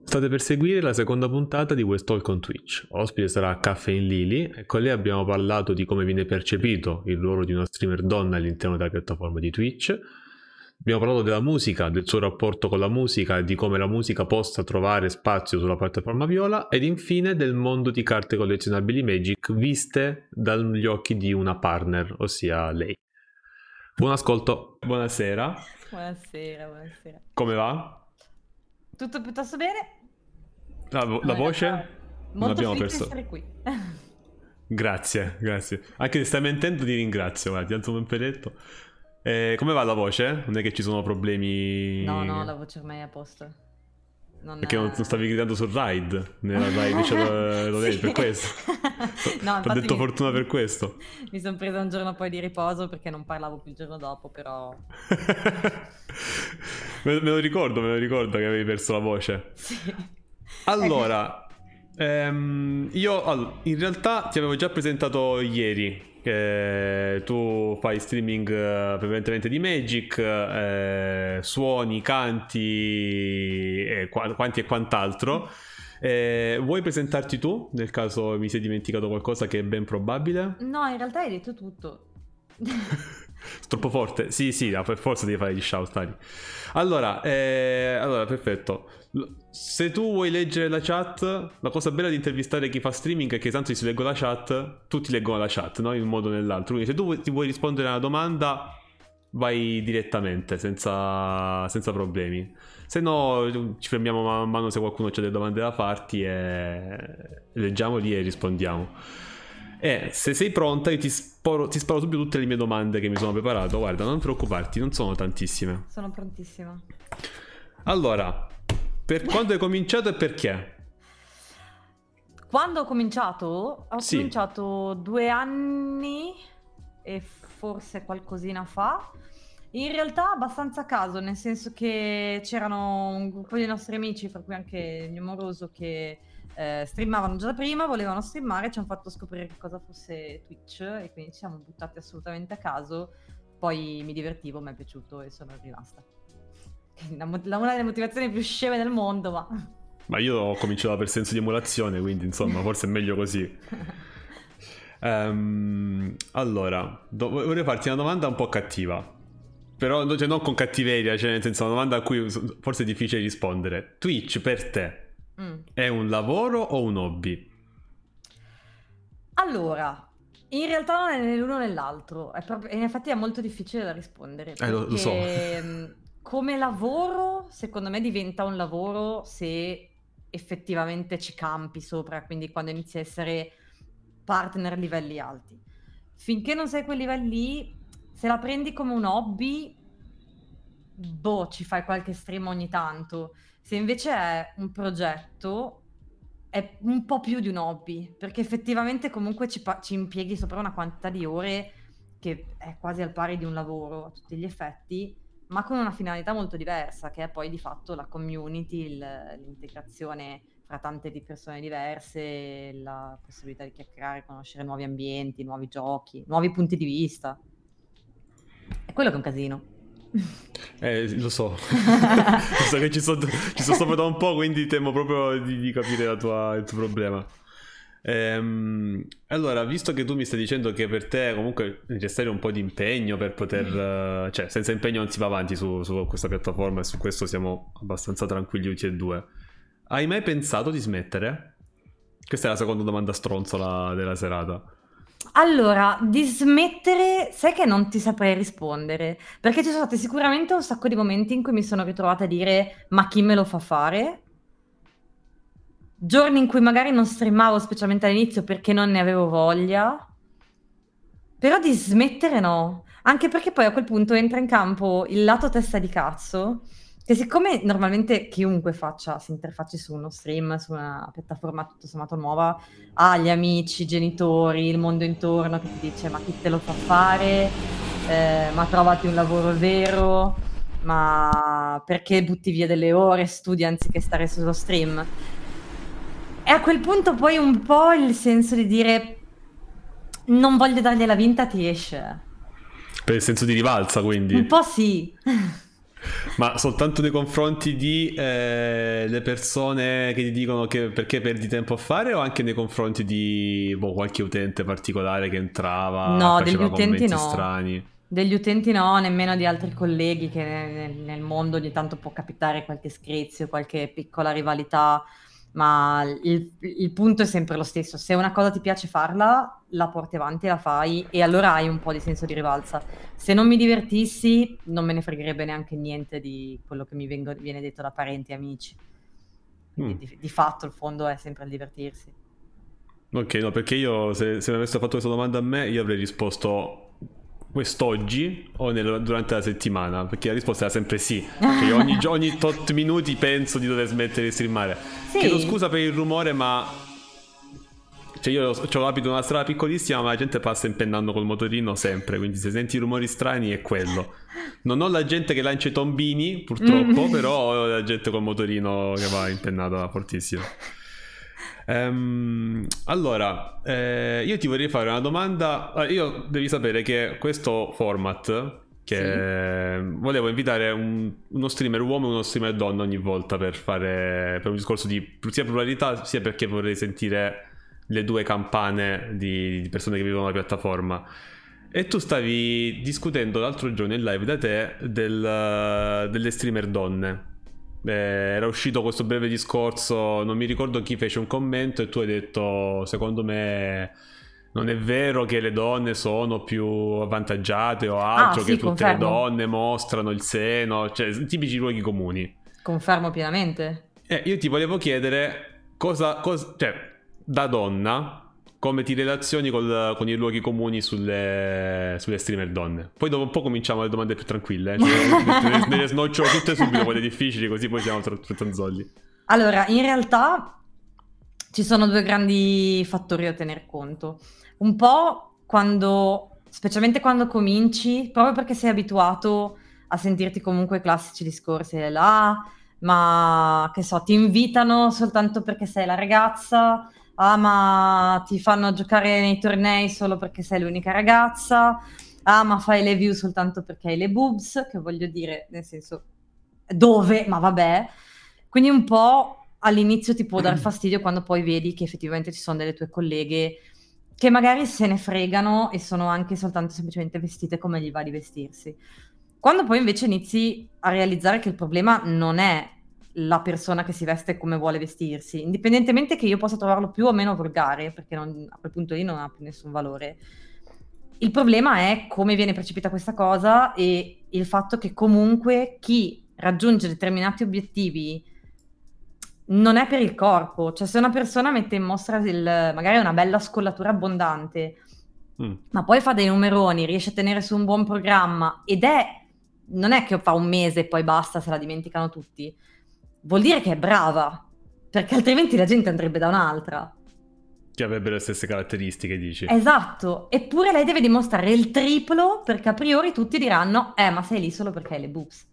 State per seguire la seconda puntata di West Talk on Twitch. Ospite sarà Caffeine Lily e con lei abbiamo parlato di come viene percepito il ruolo di una streamer donna all'interno della piattaforma di Twitch. Abbiamo parlato della musica, del suo rapporto con la musica e di come la musica possa trovare spazio sulla piattaforma viola ed infine del mondo di carte collezionabili Magic viste dagli occhi di una partner, ossia lei. Buon ascolto, buonasera. Buonasera. Come va? Tutto piuttosto bene? La voce? Non Molto abbiamo felice di perso. essere qui. Grazie. Anche se stai mentendo ti ringrazio, guarda, ti alzo un peletto. Come va la voce? Non è che ci sono problemi? No, la voce ormai è a posto. Perché non stavi gridando sul ride? Nella ride lo vedi, per questo. No, Ti ho detto fortuna per questo. Mi sono presa un giorno poi di riposo perché non parlavo più il giorno dopo, però... me lo ricordo che avevi perso la voce. Sì. Allora, io in realtà ti avevo già presentato ieri che tu fai streaming prevalentemente di Magic, suoni, canti e quanti e quant'altro. Vuoi presentarti tu nel caso mi sei dimenticato qualcosa che è ben probabile? No, in realtà hai detto tutto. Troppo forte? Sì, per forza devi fare gli shout, dai. Allora, perfetto. Se tu vuoi leggere la chat, la cosa bella di intervistare chi fa streaming è che tanto si leggo la chat, tutti leggono la chat, no? In un modo o nell'altro. Quindi se tu ti vuoi rispondere a una domanda, vai direttamente, senza problemi. Se no, ci fermiamo man mano se qualcuno ha delle domande da farti e leggiamoli e rispondiamo. E se sei pronta io ti sparo subito tutte le mie domande che mi sono preparato. Guarda, non preoccuparti, non sono tantissime. Sono prontissima. Allora, per quando hai cominciato e perché? Quando ho cominciato? Ho cominciato 2 anni e forse qualcosina fa. In realtà abbastanza a caso, nel senso che c'erano un gruppo di nostri amici, fra cui anche il mio moroso, che streamavano già da prima, volevano streamare, ci hanno fatto scoprire che cosa fosse Twitch e quindi ci siamo buttati assolutamente a caso. Poi mi divertivo, mi è piaciuto e sono rimasta. Una delle motivazioni più sceme del mondo, ma io ho cominciato per senso di emulazione, quindi insomma forse è meglio così. Allora, vorrei farti una domanda un po' cattiva. Però non con cattiveria, cioè nel senso una domanda a cui forse è difficile rispondere. Twitch per te è un lavoro o un hobby? Allora, in realtà non è né l'uno né l'altro, in effetti è molto difficile da rispondere, perché lo so. Come lavoro, secondo me diventa un lavoro se effettivamente ci campi sopra, quindi quando inizi a essere partner a livelli alti. Finché non sei a quei livelli, se la prendi come un hobby, ci fai qualche stream ogni tanto. Se invece è un progetto, è un po' più di un hobby, perché effettivamente comunque ci impieghi sopra una quantità di ore che è quasi al pari di un lavoro a tutti gli effetti, ma con una finalità molto diversa, che è poi di fatto la community, l'integrazione fra tante di persone diverse, la possibilità di chiacchierare, conoscere nuovi ambienti, nuovi giochi, nuovi punti di vista. È quello che è un casino. Lo so. So che ci sto sopra da un po', quindi temo proprio di capire il tuo problema. Allora, visto che tu mi stai dicendo che per te comunque è necessario un po' di impegno per poter cioè senza impegno non si va avanti su questa piattaforma e su questo siamo abbastanza tranquilli tutti e due, hai mai pensato di smettere? Questa è la seconda domanda stronzola della serata. Allora, di smettere, sai che non ti saprei rispondere, perché ci sono stati sicuramente un sacco di momenti in cui mi sono ritrovata a dire ma chi me lo fa fare? Giorni in cui magari non streamavo, specialmente all'inizio, perché non ne avevo voglia. Però di smettere no, anche perché poi a quel punto entra in campo il lato testa di cazzo, che siccome normalmente chiunque si interfacci su uno stream, su una piattaforma tutto sommato nuova, ha gli amici, i genitori, il mondo intorno che ti dice ma chi te lo fa fare, ma trovati un lavoro vero, ma perché butti via delle ore, studi anziché stare sullo stream. E a quel punto poi un po' il senso di dire non voglio dargliela vinta ti esce. Per il senso di rivalsa, quindi. Un po' sì. Ma soltanto nei confronti di le persone che ti dicono che perché perdi tempo a fare, o anche nei confronti di qualche utente particolare che entrava e No, degli faceva utenti commenti no. strani? Degli utenti no, nemmeno di altri colleghi che nel mondo ogni tanto può capitare qualche screzio, qualche piccola rivalità, ma il punto è sempre lo stesso. Se una cosa ti piace farla, la porti avanti e la fai e allora hai un po' di senso di rivalsa. Se non mi divertissi, non me ne fregherebbe neanche niente di quello che viene detto da parenti e amici. Mm. Quindi di fatto il fondo è sempre il divertirsi. Ok, no, perché io se mi avessero fatto questa domanda a me, io avrei risposto quest'oggi o durante la settimana, perché la risposta era sempre sì. Cioè io ogni tot minuti penso di dover smettere di streamare. Chiedo Sì, scusa per il rumore, ma cioè io abito in una strada piccolissima, ma la gente passa impennando col motorino sempre, quindi se senti rumori strani è quello. Non ho la gente che lancia i tombini, purtroppo, però ho la gente col motorino che va impennata fortissimo. Allora, io ti vorrei fare una domanda. Io devi sapere che questo format, che volevo invitare uno streamer uomo e uno streamer donna ogni volta per un discorso di sia pluralità, sia perché vorrei sentire le due campane di persone che vivono la piattaforma. E tu stavi discutendo l'altro giorno in live da te delle streamer donne. Era uscito questo breve discorso, non mi ricordo chi fece un commento e tu hai detto secondo me non è vero che le donne sono più avvantaggiate o altro, che sì, tutte le confermo. donne mostrano il seno, cioè tipici luoghi comuni. Confermo pienamente. Io ti volevo chiedere cioè, da donna, come ti relazioni con i luoghi comuni sulle streamer donne. Poi dopo un po' cominciamo le domande più tranquille. Cioè, ne snocciolo tutte subito, quelle difficili, così poi siamo tra tanzolli. Allora, in realtà ci sono due grandi fattori da tener conto. Un po' specialmente quando cominci, proprio perché sei abituato a sentirti comunque i classici discorsi là, ma che so, ti invitano soltanto perché sei la ragazza, ma ti fanno giocare nei tornei solo perché sei l'unica ragazza, ma fai le view soltanto perché hai le boobs, che voglio dire, nel senso, dove? Ma vabbè. Quindi un po' all'inizio ti può dar fastidio quando poi vedi che effettivamente ci sono delle tue colleghe che magari se ne fregano e sono anche soltanto semplicemente vestite come gli va di vestirsi. Quando poi invece inizi a realizzare che il problema non è la persona che si veste come vuole vestirsi, indipendentemente che io possa trovarlo più o meno volgare, perché a quel punto lì non ha più nessun valore. Il problema è come viene percepita questa cosa e il fatto che comunque chi raggiunge determinati obiettivi non è per il corpo, cioè se una persona mette in mostra magari una bella scollatura abbondante, ma poi fa dei numeroni, riesce a tenere su un buon programma non è che fa un mese e poi basta, se la dimenticano tutti, vuol dire che è brava, perché altrimenti la gente andrebbe da un'altra. Che avrebbe le stesse caratteristiche, dici? Esatto, eppure lei deve dimostrare il triplo perché a priori tutti diranno, ma sei lì solo perché hai le boobs.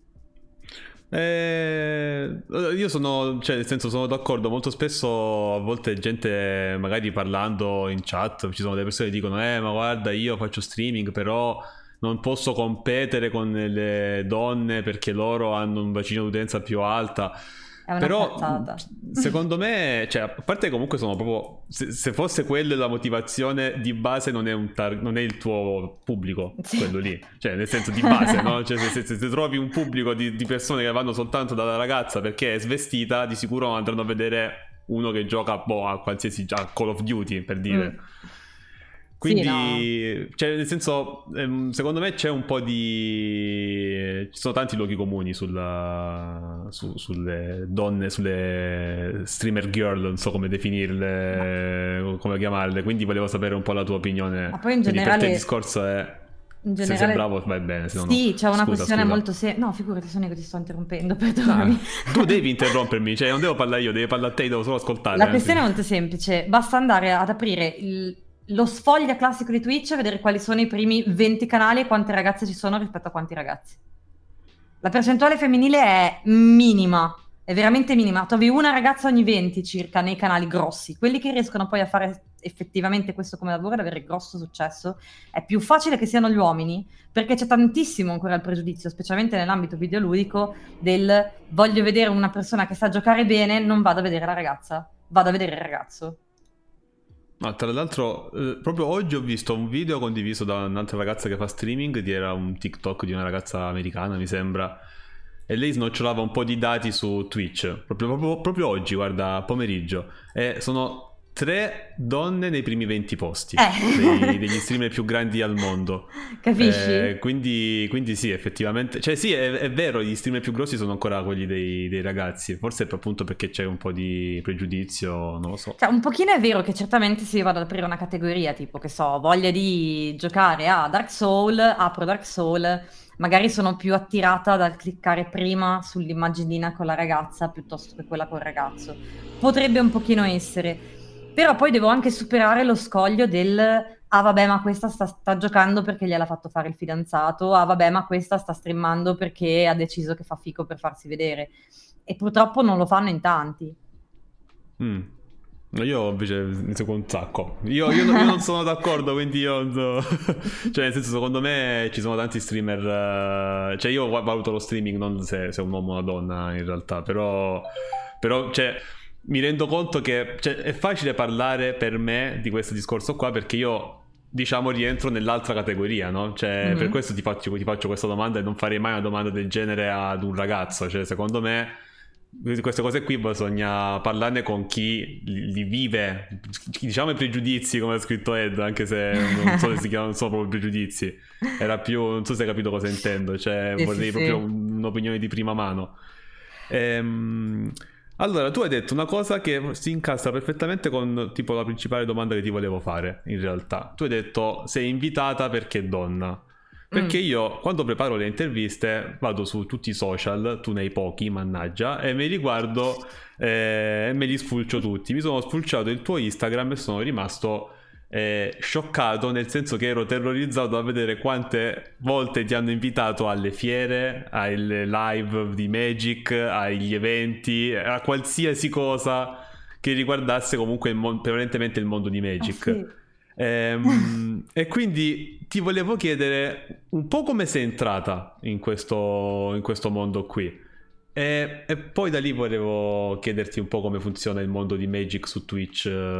Io sono, cioè, nel senso, sono d'accordo. Molto spesso, a volte, gente magari parlando in chat, ci sono delle persone che dicono: ma guarda, io faccio streaming, però non posso competere con le donne perché loro hanno un bacino d'utenza più alta. È una Però cazzata. secondo me, cioè, a parte che comunque sono proprio, se fosse quella la motivazione di base, non è il tuo pubblico, Sì. quello lì, cioè nel senso di base, no? Cioè, se trovi un pubblico di persone che vanno soltanto dalla ragazza perché è svestita, di sicuro andranno a vedere uno che gioca a qualsiasi Call of Duty, per dire. Quindi, Sì, no. cioè, nel senso, secondo me c'è un po' di... Ci sono tanti luoghi comuni sulle donne, sulle streamer girl, non so come definirle, come chiamarle, quindi volevo sapere un po' la tua opinione. Ma poi in Quindi per te il generale... discorso è... In Se sei generale, bravo vai bene, se no sì, no. c'è una questione Scusa. molto no, figurati, sono io che ti sto interrompendo, perdonami. Tu devi interrompermi, cioè non devo parlare io, devi parlare a te, devo solo ascoltare. La questione è molto semplice, basta andare ad aprire lo sfoglia classico di Twitch e vedere quali sono i primi 20 canali e quante ragazze ci sono rispetto a quanti ragazzi. La percentuale femminile è minima, è veramente minima. Trovi una ragazza ogni 20 circa nei canali grossi, quelli che riescono poi a fare effettivamente questo come lavoro ad avere grosso successo, è più facile che siano gli uomini, perché c'è tantissimo ancora il pregiudizio, specialmente nell'ambito videoludico, del voglio vedere una persona che sa giocare bene, non vado a vedere la ragazza, vado a vedere il ragazzo. Ma tra l'altro, proprio oggi ho visto un video condiviso da un'altra ragazza che fa streaming, era un TikTok di una ragazza americana, mi sembra, e lei snocciolava un po' di dati su Twitch, proprio oggi, guarda, pomeriggio, e sono 3 donne nei primi 20 posti degli streamer più grandi al mondo. Capisci? Quindi sì, effettivamente, cioè sì, è vero, gli streamer più grossi sono ancora quelli dei ragazzi, forse appunto perché c'è un po' di pregiudizio, non lo so. Cioè, un pochino è vero che certamente se io vado ad aprire una categoria, tipo, che so, voglia di giocare a Dark Soul, apro Dark Soul, magari sono più attirata dal cliccare prima sull'immaginina con la ragazza piuttosto che quella col ragazzo. Potrebbe un pochino essere, però poi devo anche superare lo scoglio del ah vabbè, ma questa sta giocando perché gliel'ha fatto fare il fidanzato, ah vabbè, ma questa sta streamando perché ha deciso che fa fico per farsi vedere. E purtroppo non lo fanno in tanti. Io invece ne seguo un sacco. Io non sono d'accordo, quindi io non so. Cioè, nel senso, secondo me ci sono tanti streamer. Cioè, io valuto lo streaming non se è un uomo o una donna, in realtà. Però cioè, mi rendo conto che cioè, è facile parlare per me di questo discorso qua perché io, diciamo, rientro nell'altra categoria, no? Cioè, per questo ti faccio questa domanda e non farei mai una domanda del genere ad un ragazzo. Cioè, secondo me queste cose qui bisogna parlarne con chi li vive, diciamo i pregiudizi, come ha scritto Ed, anche se non so se si chiamano, non sono proprio pregiudizi, era più, non so se hai capito cosa intendo, cioè vorrei proprio un'opinione di prima mano. Allora, tu hai detto una cosa che si incastra perfettamente con tipo la principale domanda che ti volevo fare, in realtà. Tu hai detto sei invitata perché è donna. Perché io quando preparo le interviste vado su tutti i social, tu nei pochi, mannaggia, e mi riguardo e me li sfulcio tutti. Mi sono sfulciato il tuo Instagram e sono rimasto scioccato, nel senso che ero terrorizzato a vedere quante volte ti hanno invitato alle fiere, alle live di Magic, agli eventi, a qualsiasi cosa che riguardasse comunque prevalentemente il mondo di Magic. Sì. E quindi ti volevo chiedere un po' come sei entrata in questo mondo qui e poi da lì volevo chiederti un po' come funziona il mondo di Magic su Twitch,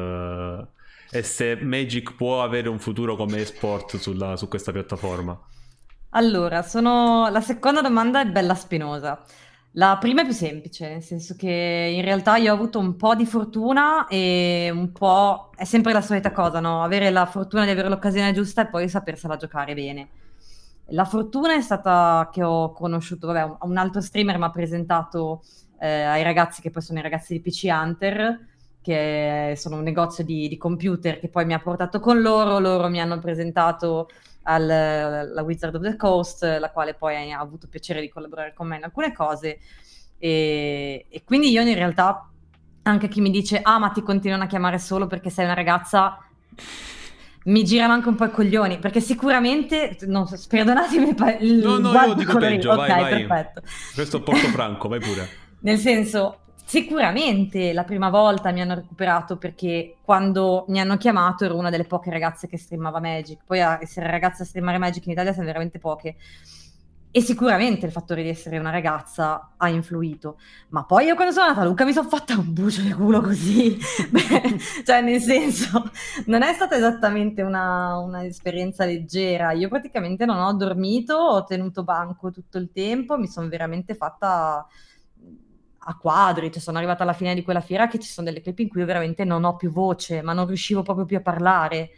e se Magic può avere un futuro come esport su questa piattaforma. Allora, la seconda domanda è bella spinosa. La prima è più semplice, nel senso che in realtà io ho avuto un po' di fortuna e un po'... è sempre la solita cosa, no? Avere la fortuna di avere l'occasione giusta e poi sapersela giocare bene. La fortuna è stata che ho conosciuto, vabbè, un altro streamer mi ha presentato ai ragazzi che poi sono i ragazzi di PC Hunter, che sono un negozio di computer che poi mi ha portato con loro mi hanno presentato alla Wizard of the Coast, la quale poi ha avuto piacere di collaborare con me in alcune cose e quindi io in realtà anche chi mi dice ma ti continuano a chiamare solo perché sei una ragazza mi girano anche un po' i coglioni perché sicuramente non so, perdonatemi no io dico peggio, ok, vai. perfetto. Questo è Porto Franco, vai pure. Nel senso, sicuramente la prima volta mi hanno recuperato perché quando mi hanno chiamato ero una delle poche ragazze che streamava Magic. Poi a essere ragazza a streamare Magic in Italia sono veramente poche. E sicuramente il fattore di essere una ragazza ha influito. Ma poi io quando sono andata a Luca mi sono fatta un bucio di culo così. Beh, cioè nel senso, non è stata esattamente una esperienza leggera. Io praticamente non ho dormito, ho tenuto banco tutto il tempo, mi sono veramente fatta a quadri, cioè sono arrivata alla fine di quella fiera che ci sono delle clip in cui io veramente non ho più voce, ma non riuscivo proprio più a parlare,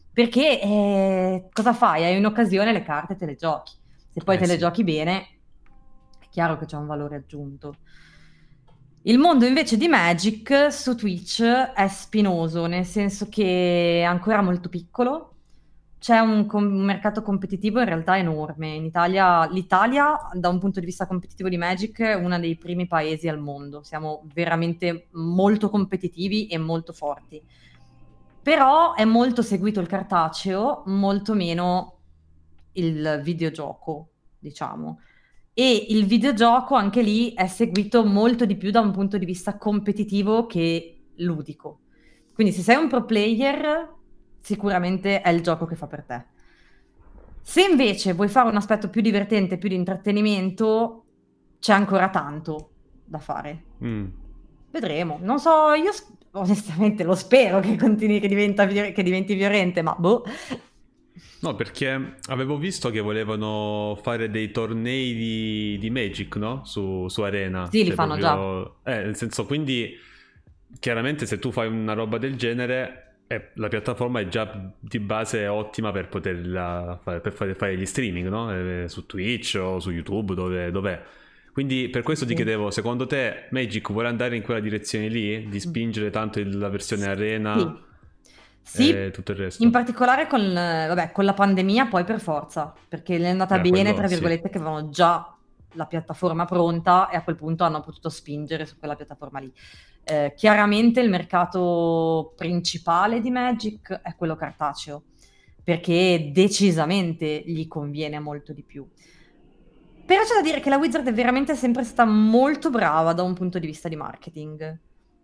perché cosa fai? Hai un'occasione, le carte te le giochi, se poi te le giochi bene, è chiaro che c'è un valore aggiunto. Il mondo invece di Magic su Twitch è spinoso, nel senso che è ancora molto piccolo, c'è un mercato competitivo in realtà enorme. In Italia, l'Italia, da un punto di vista competitivo di Magic, è uno dei primi paesi al mondo. Siamo veramente molto competitivi e molto forti. Però è molto seguito il cartaceo, molto meno il videogioco, diciamo. E il videogioco anche lì è seguito molto di più da un punto di vista competitivo che ludico. Quindi se sei un pro player, sicuramente è il gioco che fa per te. Se invece vuoi fare un aspetto più divertente, più di intrattenimento, c'è ancora tanto da fare. Vedremo. Non so, io onestamente lo spero che continui, che diventi violente, ma boh. No, perché avevo visto che volevano fare dei tornei di Magic, no? Su Arena. Sì, li Cioè, fanno proprio... nel senso, quindi chiaramente se tu fai una roba del genere, la piattaforma è già di base ottima per poterla fare, per fare gli streaming, no? Su Twitch o su YouTube, dov'è. Quindi per questo ti Sì. chiedevo, secondo te Magic vuole andare in quella direzione lì? Di spingere tanto la versione Arena? Sì, Tutto il resto. in particolare con la pandemia poi per forza, perché è andata bene, Quello, tra sì. virgolette, che avevano già la piattaforma pronta e a quel punto hanno potuto spingere su quella piattaforma lì. Chiaramente il mercato principale di Magic è quello cartaceo, perché decisamente gli conviene molto di più. Però c'è da dire che la Wizard è veramente sempre stata molto brava da un punto di vista di marketing.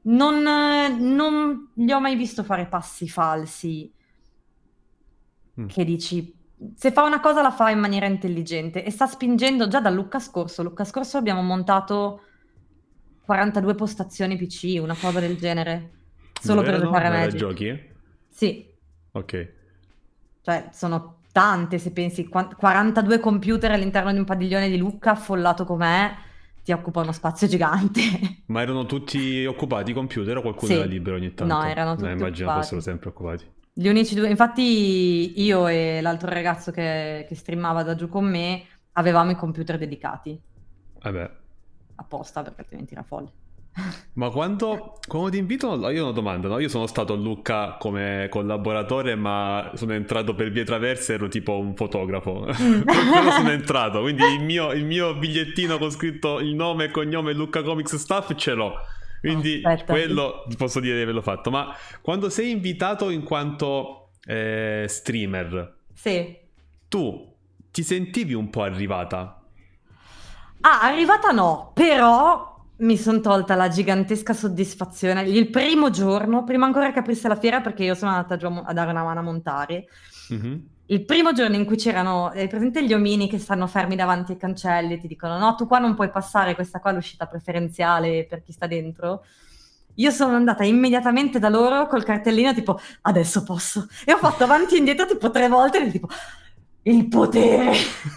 Non gli ho mai visto fare passi falsi che dici, se fa una cosa la fa in maniera intelligente e sta spingendo già da Lucca scorso. Lucca scorso abbiamo montato 42 postazioni PC, una cosa del genere, solo Dove per erano? giocare a Era Magic. giochi? Sì, Ok. cioè sono tante, se pensi, 42 computer all'interno di un padiglione di Lucca, affollato com'è, ti occupa uno spazio gigante. Ma erano tutti occupati i computer o qualcuno era Sì, libero ogni tanto? no, erano tutti Immagino occupati. fossero sempre occupati. Gli unici due, infatti io e l'altro ragazzo che streamava da giù con me avevamo i computer dedicati Vabbè. apposta perché altrimenti era folle. Ma quando ti invitano, io ho una domanda, no? Io sono stato a Lucca come collaboratore, ma sono entrato per vie traverse, ero tipo un fotografo. Però sono entrato, quindi il mio bigliettino con scritto il nome e cognome Lucca Comics Staff ce l'ho. Quindi Aspetta. quello posso dire di averlo fatto. Ma quando sei invitato in quanto streamer, Sì. tu ti sentivi un po' arrivata? Arrivata no, però mi sono tolta la gigantesca soddisfazione. Il primo giorno, prima ancora che aprisse la fiera, perché io sono andata giù a dare una mano a montare, il primo giorno in cui c'erano, hai presente gli omini che stanno fermi davanti ai cancelli e ti dicono no, tu qua non puoi passare, questa qua è l'uscita preferenziale per chi sta dentro. Io sono andata immediatamente da loro col cartellino tipo adesso posso. E ho fatto avanti e indietro tipo 3 volte e tipo il potere.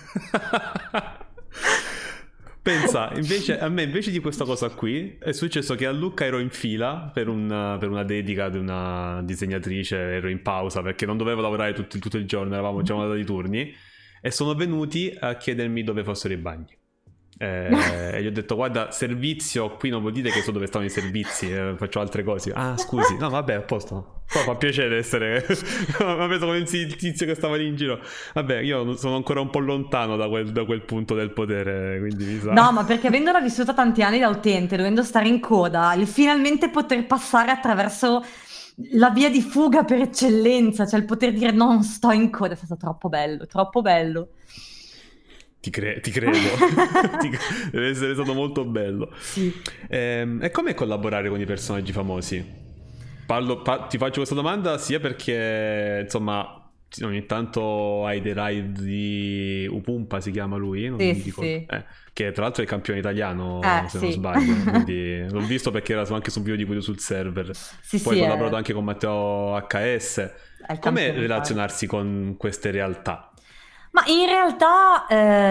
Pensa, invece, a me invece di questa cosa qui è successo che a Lucca ero in fila per una dedica di una disegnatrice, ero in pausa perché non dovevo lavorare tutto il giorno, eravamo già andati i turni e sono venuti a chiedermi dove fossero i bagni. E gli ho detto guarda, servizio qui non vuol dire che so dove stanno i servizi, faccio altre cose. Ah scusi, no vabbè a posto, fa piacere essere mi ha preso come il tizio che stava lì in giro. Vabbè, io sono ancora un po' lontano da quel punto del potere, quindi mi sa. No, ma perché avendola vissuta tanti anni da utente, dovendo stare in coda, il finalmente poter passare attraverso la via di fuga per eccellenza, cioè il poter dire non sto in coda, è stato troppo bello, troppo bello. Ti credo. Deve essere stato molto bello. Sì. E come collaborare con i personaggi famosi? Ti faccio questa domanda sia perché, insomma, ogni tanto hai dei ride di Upumpa, si chiama lui? Non mi ricordo. Sì. Che tra l'altro è il campione italiano, se non sì. sbaglio. Quindi l'ho visto perché era anche su un video di quello sul server. Poi ho collaborato anche con Matteo HS. Come relazionarsi con queste realtà? Ma in realtà,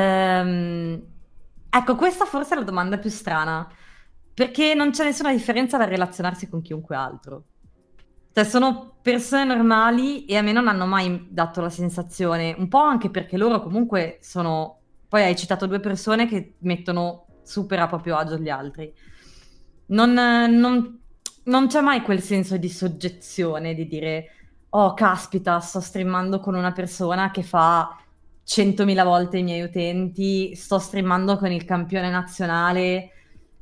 ecco, questa forse è la domanda più strana, perché non c'è nessuna differenza da relazionarsi con chiunque altro. Cioè, sono persone normali e a me non hanno mai dato la sensazione, un po' anche perché loro comunque sono... Poi hai citato 2 persone che mettono super a proprio agio gli altri. Non c'è mai quel senso di soggezione, di dire, oh, caspita, sto streamando con una persona che fa 100.000 volte i miei utenti, sto streamando con il campione nazionale.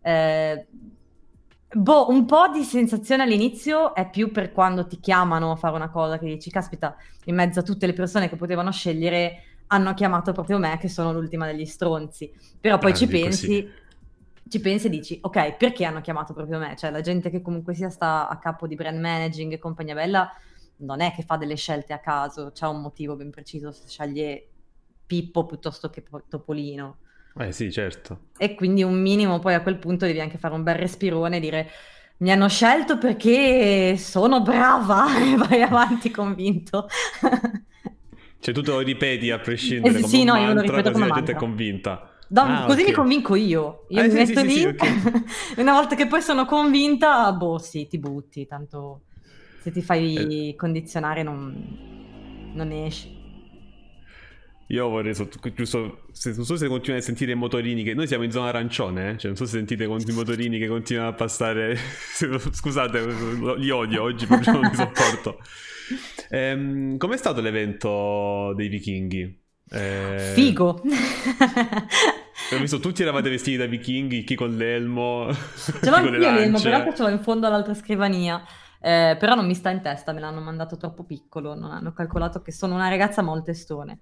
Un po' di sensazione all'inizio è più per quando ti chiamano a fare una cosa che dici, caspita, in mezzo a tutte le persone che potevano scegliere hanno chiamato proprio me che sono l'ultima degli stronzi. Però poi ci pensi, ci pensi e dici, ok, perché hanno chiamato proprio me? Cioè la gente che comunque sia sta a capo di brand managing e compagnia bella non è che fa delle scelte a caso, c'è un motivo ben preciso se sceglie Pippo piuttosto che Topolino. Sì, certo. E quindi un minimo poi a quel punto devi anche fare un bel respirone e dire mi hanno scelto perché sono brava e vai avanti convinto. Cioè tu te lo ripeti a prescindere Sì, come sì, un no, io me lo mantra, ripeto così come la gente è mantra. convinta. Ah, Così mi ok. convinco io mi Sì, metto sì, lì sì, ok. e una volta che poi sono convinta, boh sì, ti butti, tanto se ti Eh, fai condizionare non esci. Io vorrei, giusto, non so se continuate a sentire i motorini, che noi siamo in zona arancione, cioè non so se sentite i motorini che continuano a passare, scusate, li odio, oggi proprio non li sopporto. Com'è stato l'evento dei vichinghi? Figo! Ho visto tutti eravate vestiti da vichinghi, chi con l'elmo, Ce l'ho chi con le anch'io l'elmo, però lance. ce l'ho in fondo all'altra scrivania. Però non mi sta in testa, me l'hanno mandato troppo piccolo, non hanno calcolato che sono una ragazza molto estone.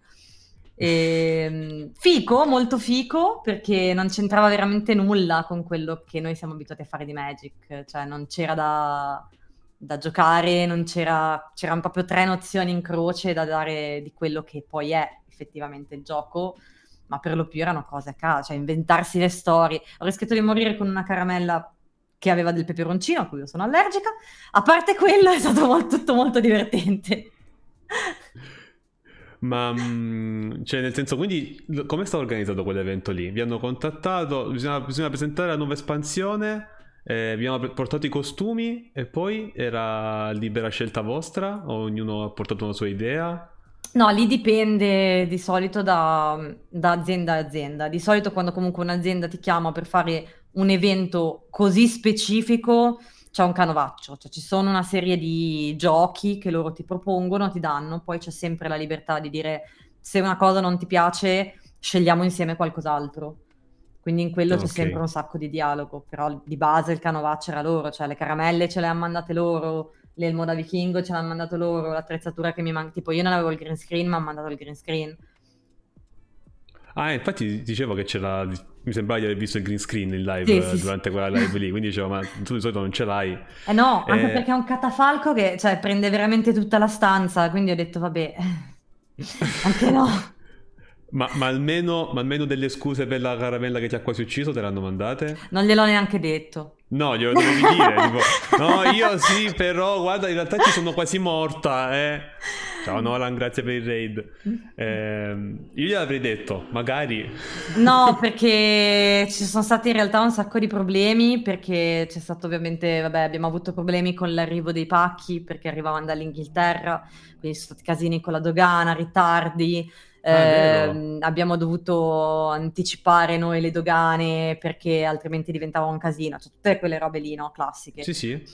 Fico, molto fico, perché non c'entrava veramente nulla con quello che noi siamo abituati a fare di Magic, cioè non c'era da giocare, non c'erano proprio 3 nozioni in croce da dare di quello che poi è effettivamente il gioco, ma per lo più erano cose a caso, cioè inventarsi le storie. Ho rischiato di morire con una caramella che aveva del peperoncino, a cui io sono allergica. A parte quello, è stato tutto molto divertente. Ma cioè, nel senso, quindi come sta organizzato quell'evento lì? Vi hanno contattato, bisogna presentare la nuova espansione, vi hanno portato i costumi e poi era libera scelta vostra? O ognuno ha portato una sua idea? No, lì dipende di solito da azienda a azienda. Di solito quando comunque un'azienda ti chiama per fare un evento così specifico, c'è un canovaccio, cioè ci sono una serie di giochi che loro ti propongono, ti danno, poi c'è sempre la libertà di dire se una cosa non ti piace, scegliamo insieme qualcos'altro. Quindi in quello c'è Ok. sempre un sacco di dialogo, però di base il canovaccio era loro, cioè le caramelle ce le hanno mandate loro, l'elmo da vichingo ce l'hanno mandato loro, l'attrezzatura che mi manca, tipo io non avevo il green screen, ma hanno mandato il green screen. Infatti dicevo che c'era, mi sembrava di aver visto il green screen in Sì, live sì, sì. durante quella live lì, quindi dicevo, ma tu di solito non ce l'hai. Eh no, anche perché Eh, è un catafalco che, cioè, prende veramente tutta la stanza, quindi ho detto, vabbè, anche no. ma almeno delle scuse per la caramella che ti ha quasi ucciso te l'hanno mandate? Non gliel'ho neanche detto. No, glielo dovevi dire, tipo, no, io sì, però guarda, in realtà ci sono quasi morta, eh. Ciao Nolan, grazie per il raid. Io gliel'avrei detto, magari. No, perché ci sono stati in realtà un sacco di problemi, perché c'è stato ovviamente, vabbè, abbiamo avuto problemi con l'arrivo dei pacchi, perché arrivavano dall'Inghilterra, quindi sono stati casini con la dogana, ritardi, Ah, è vero? abbiamo dovuto anticipare noi le dogane perché altrimenti diventava un casino, cioè tutte quelle robe lì, no, classiche. Sì, sì.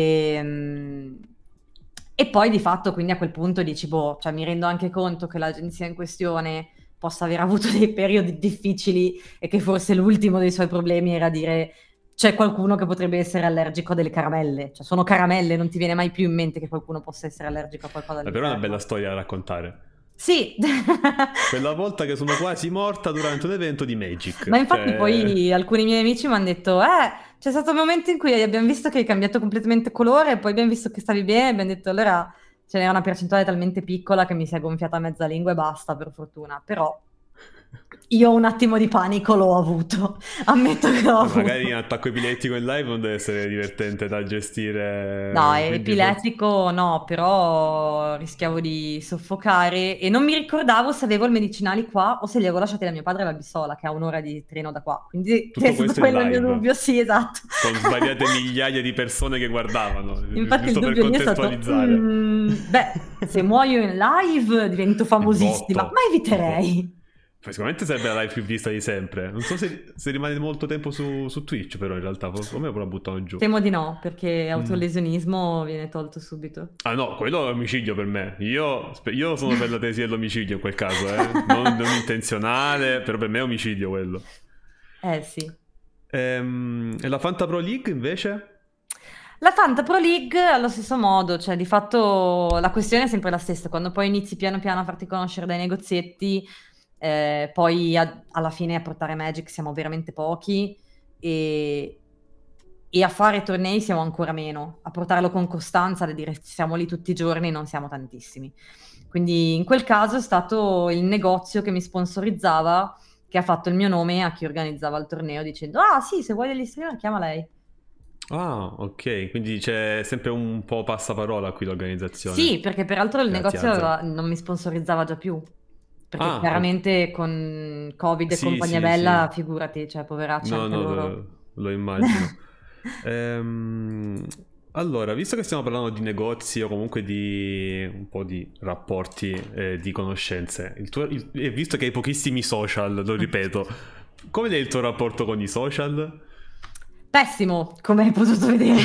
E, e poi di fatto quindi a quel punto dici, boh, cioè mi rendo anche conto che l'agenzia in questione possa aver avuto dei periodi difficili e che forse l'ultimo dei suoi problemi era dire c'è qualcuno che potrebbe essere allergico a delle caramelle, cioè sono caramelle, non ti viene mai più in mente che qualcuno possa essere allergico a qualcosa Però è una bella all'interno. storia da raccontare. Sì, Quella volta che sono quasi morta durante un evento di ma Magic. infatti Cioè... poi alcuni miei amici mi hanno detto, c'è stato un momento in cui abbiamo visto che hai cambiato completamente colore, e poi abbiamo visto che stavi bene, e abbiamo detto allora ce n'era una percentuale talmente piccola che mi si è gonfiata mezza lingua e basta, per fortuna. Però io un attimo di panico l'ho avuto, ammetto che l'ho Magari un avuto. attacco epilettico in live non deve essere divertente da No, gestire, è quindi forse... epilettico no, però rischiavo di soffocare e non mi ricordavo se avevo i medicinali qua o se li avevo lasciati da mio padre alla Bissola, che ha un'ora di treno da qua. Quindi è Tutto stato questo in quello il mio live, dubbio, sì, esatto. con svariate migliaia di persone che guardavano, Infatti il giusto per dubbio lì è stato, contestualizzare. beh, se muoio in live divento Il famosissima, ma botto, il botto. eviterei. Poi sicuramente sarebbe la live più vista di sempre. Non so se rimane molto tempo su Twitch, però in realtà, come la buttano giù. Temo di no, perché Mm. autolesionismo viene tolto subito. Ah no, quello è omicidio per me. Io sono per la tesi dell'omicidio in quel caso, eh. Non intenzionale, però per me è omicidio quello. Eh sì. E la Fanta Pro League invece? La Fanta Pro League allo stesso modo, cioè di fatto la questione è sempre la stessa, quando poi inizi piano piano a farti conoscere dai negozietti, poi alla fine a portare Magic siamo veramente pochi, e a fare tornei siamo ancora meno, a portarlo con costanza, da dire siamo lì tutti i giorni, non siamo tantissimi. Quindi in quel caso è stato il negozio che mi sponsorizzava che ha fatto il mio nome a chi organizzava il torneo dicendo ah sì, se vuoi degli streamer chiama lei. Ah, ok, quindi c'è sempre un po' passaparola qui l'organizzazione. Sì, perché peraltro il Grazie, negozio Azza. non mi sponsorizzava già più, perché Ah, ok. chiaramente con Covid e Sì, compagnia sì, bella, sì. figurati, cioè poveracci No, anche no, loro. lo immagino. Ehm, allora, visto che stiamo parlando di negozi o comunque di un po' di rapporti di conoscenze, e visto che hai pochissimi social, lo ripeto, come è il tuo rapporto con i social? Pessimo, come hai potuto vedere.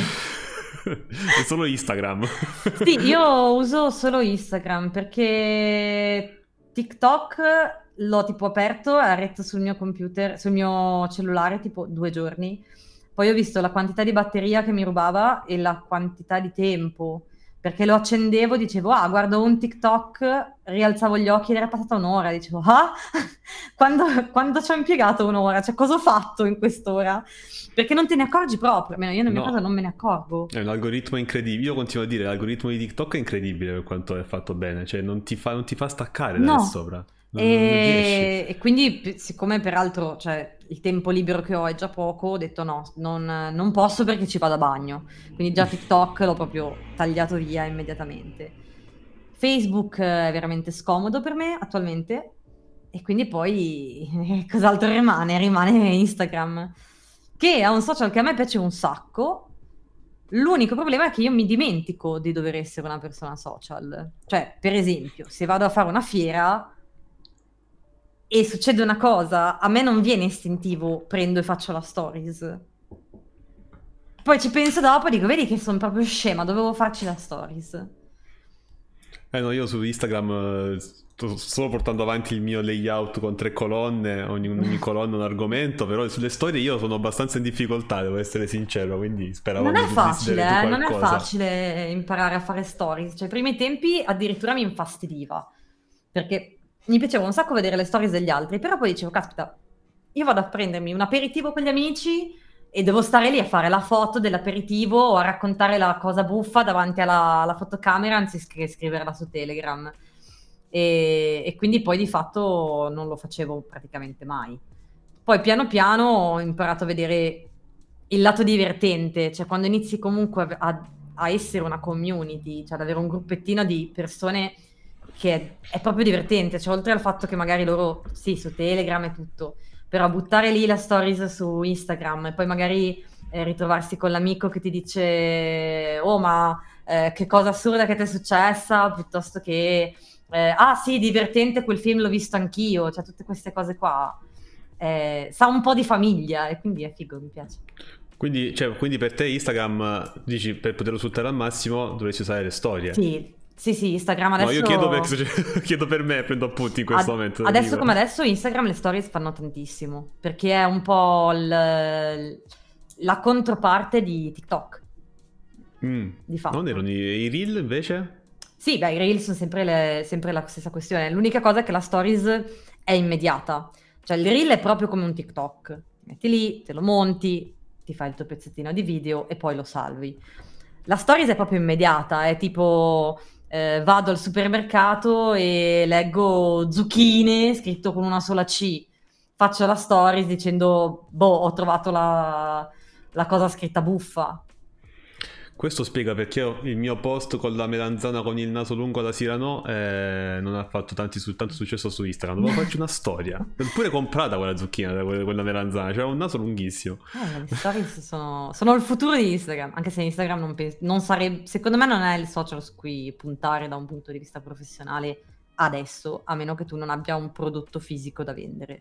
È solo Instagram. Sì, io uso solo Instagram perché TikTok l'ho tipo aperto e retto sul mio computer, sul mio cellulare tipo 2 giorni. Poi ho visto la quantità di batteria che mi rubava e la quantità di tempo. Perché lo accendevo, dicevo, ah, guardo un TikTok, rialzavo gli occhi ed era passata un'ora. Dicevo, ah, quando ci ho impiegato un'ora? Cioè, cosa ho fatto in quest'ora? Perché non te ne accorgi proprio, almeno io nel mio caso No, non me ne accorgo. è un algoritmo incredibile. Io continuo a dire, l'algoritmo di TikTok è incredibile per quanto è fatto bene, cioè non ti fa staccare da lì No, sopra, non riesci. e quindi siccome peraltro cioè, il tempo libero che ho è già poco, ho detto no, non posso perché ci vado a bagno. Quindi già TikTok l'ho proprio tagliato via immediatamente. Facebook è veramente scomodo per me attualmente e quindi poi cos'altro rimane? Rimane Instagram, che è un social che a me piace un sacco. L'unico problema è che io mi dimentico di dover essere una persona social. Cioè, per esempio, se vado a fare una fiera e succede una cosa, a me non viene istintivo, prendo e faccio la stories. Poi ci penso dopo e dico, vedi che sono proprio scema, dovevo farci la stories. No, io su Instagram sto solo portando avanti il mio layout con 3 colonne, ogni colonna un argomento, però sulle storie io sono abbastanza in difficoltà, devo essere sincero, quindi speravo Non mi è potessi dire tu facile, non è qualcosa. facile imparare a fare stories. Cioè, ai primi tempi addirittura mi infastidiva, perché mi piaceva un sacco vedere le stories degli altri, però poi dicevo, caspita, io vado a prendermi un aperitivo con gli amici e devo stare lì a fare la foto dell'aperitivo o a raccontare la cosa buffa davanti alla fotocamera anziché scriverla su Telegram. E quindi poi di fatto non lo facevo praticamente mai. Poi piano piano ho imparato a vedere il lato divertente, cioè quando inizi comunque a essere una community, cioè ad avere un gruppettino di persone che è proprio divertente, cioè oltre al fatto che magari loro, sì, su Telegram e tutto, però buttare lì la stories su Instagram e poi magari ritrovarsi con l'amico che ti dice oh ma che cosa assurda che ti è successa, piuttosto che ah sì, divertente quel film l'ho visto anch'io, cioè tutte queste cose qua. Sa un po' di famiglia e quindi è figo, mi piace. Quindi per te Instagram, dici, per poterlo sfruttare al massimo dovresti usare le storie. Sì, sì, sì, Instagram No, io chiedo per, adesso, chiedo per me, prendo appunti in questo momento, lo adesso dico. come adesso Instagram le stories fanno tantissimo, perché è un po' la controparte di TikTok, Mm. di Non fatto. erano i reel invece? Sì, beh, i Reels sono sempre, sempre la stessa questione. L'unica cosa è che la Stories è immediata. Cioè, il Reel è proprio come un TikTok. Ti metti lì, te lo monti, ti fai il tuo pezzettino di video e poi lo salvi. La Stories è proprio immediata, è tipo vado al supermercato e leggo zucchine scritto con una sola C. Faccio la Stories dicendo, boh, ho trovato la cosa scritta buffa. Questo spiega perché il mio post con la melanzana con il naso lungo alla Cyrano non ha fatto tanto successo su Instagram. Dovevo farci una storia. Pure comprata quella zucchina, quella melanzana. C'era un naso lunghissimo. Le stories sono il futuro di Instagram, anche se Instagram non sarebbe, secondo me non è il social su cui puntare da un punto di vista professionale adesso, a meno che tu non abbia un prodotto fisico da vendere.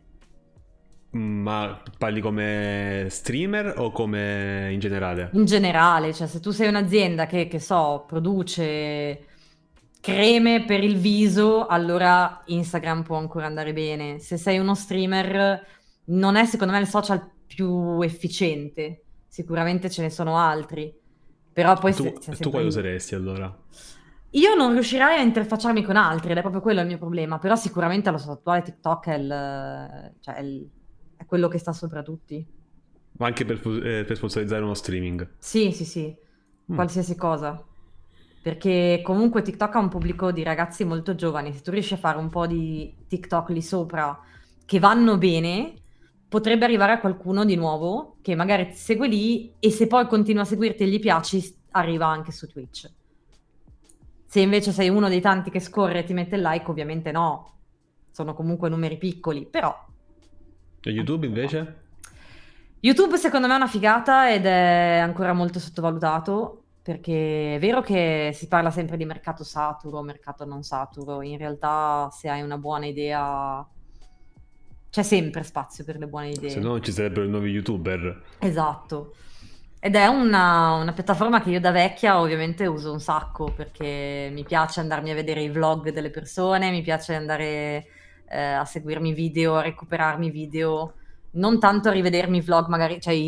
Ma parli come streamer o come in generale? In generale, cioè se tu sei un'azienda che so, produce creme per il viso, allora Instagram può ancora andare bene. Se sei uno streamer, non è secondo me il social più efficiente. Sicuramente ce ne sono altri, però poi E tu, sei e tu sempre quale lì. useresti allora? Io non riuscirei a interfacciarmi con altri ed è proprio quello il mio problema, però sicuramente allo stato attuale TikTok è, cioè è quello che sta sopra tutti. Ma anche per sponsorizzare uno streaming. Sì, sì, sì, Mm. qualsiasi cosa. Perché comunque TikTok ha un pubblico di ragazzi molto giovani. Se tu riesci a fare un po' di TikTok lì sopra che vanno bene, potrebbe arrivare a qualcuno di nuovo che magari ti segue lì e se poi continua a seguirti e gli piaci, arriva anche su Twitch. Se invece sei uno dei tanti che scorre e ti mette il like, ovviamente no. Sono comunque numeri piccoli, però... E YouTube invece? YouTube secondo me è una figata ed è ancora molto sottovalutato perché è vero che si parla sempre di mercato saturo, mercato non saturo, in realtà se hai una buona idea c'è sempre spazio per le buone Se idee. no non ci sarebbero i nuovi YouTuber. Esatto. Ed è una piattaforma che io da vecchia ovviamente uso un sacco perché mi piace andarmi a vedere i vlog delle persone, mi piace andare a seguirmi video, a recuperarmi video, non tanto a rivedermi i vlog, magari, cioè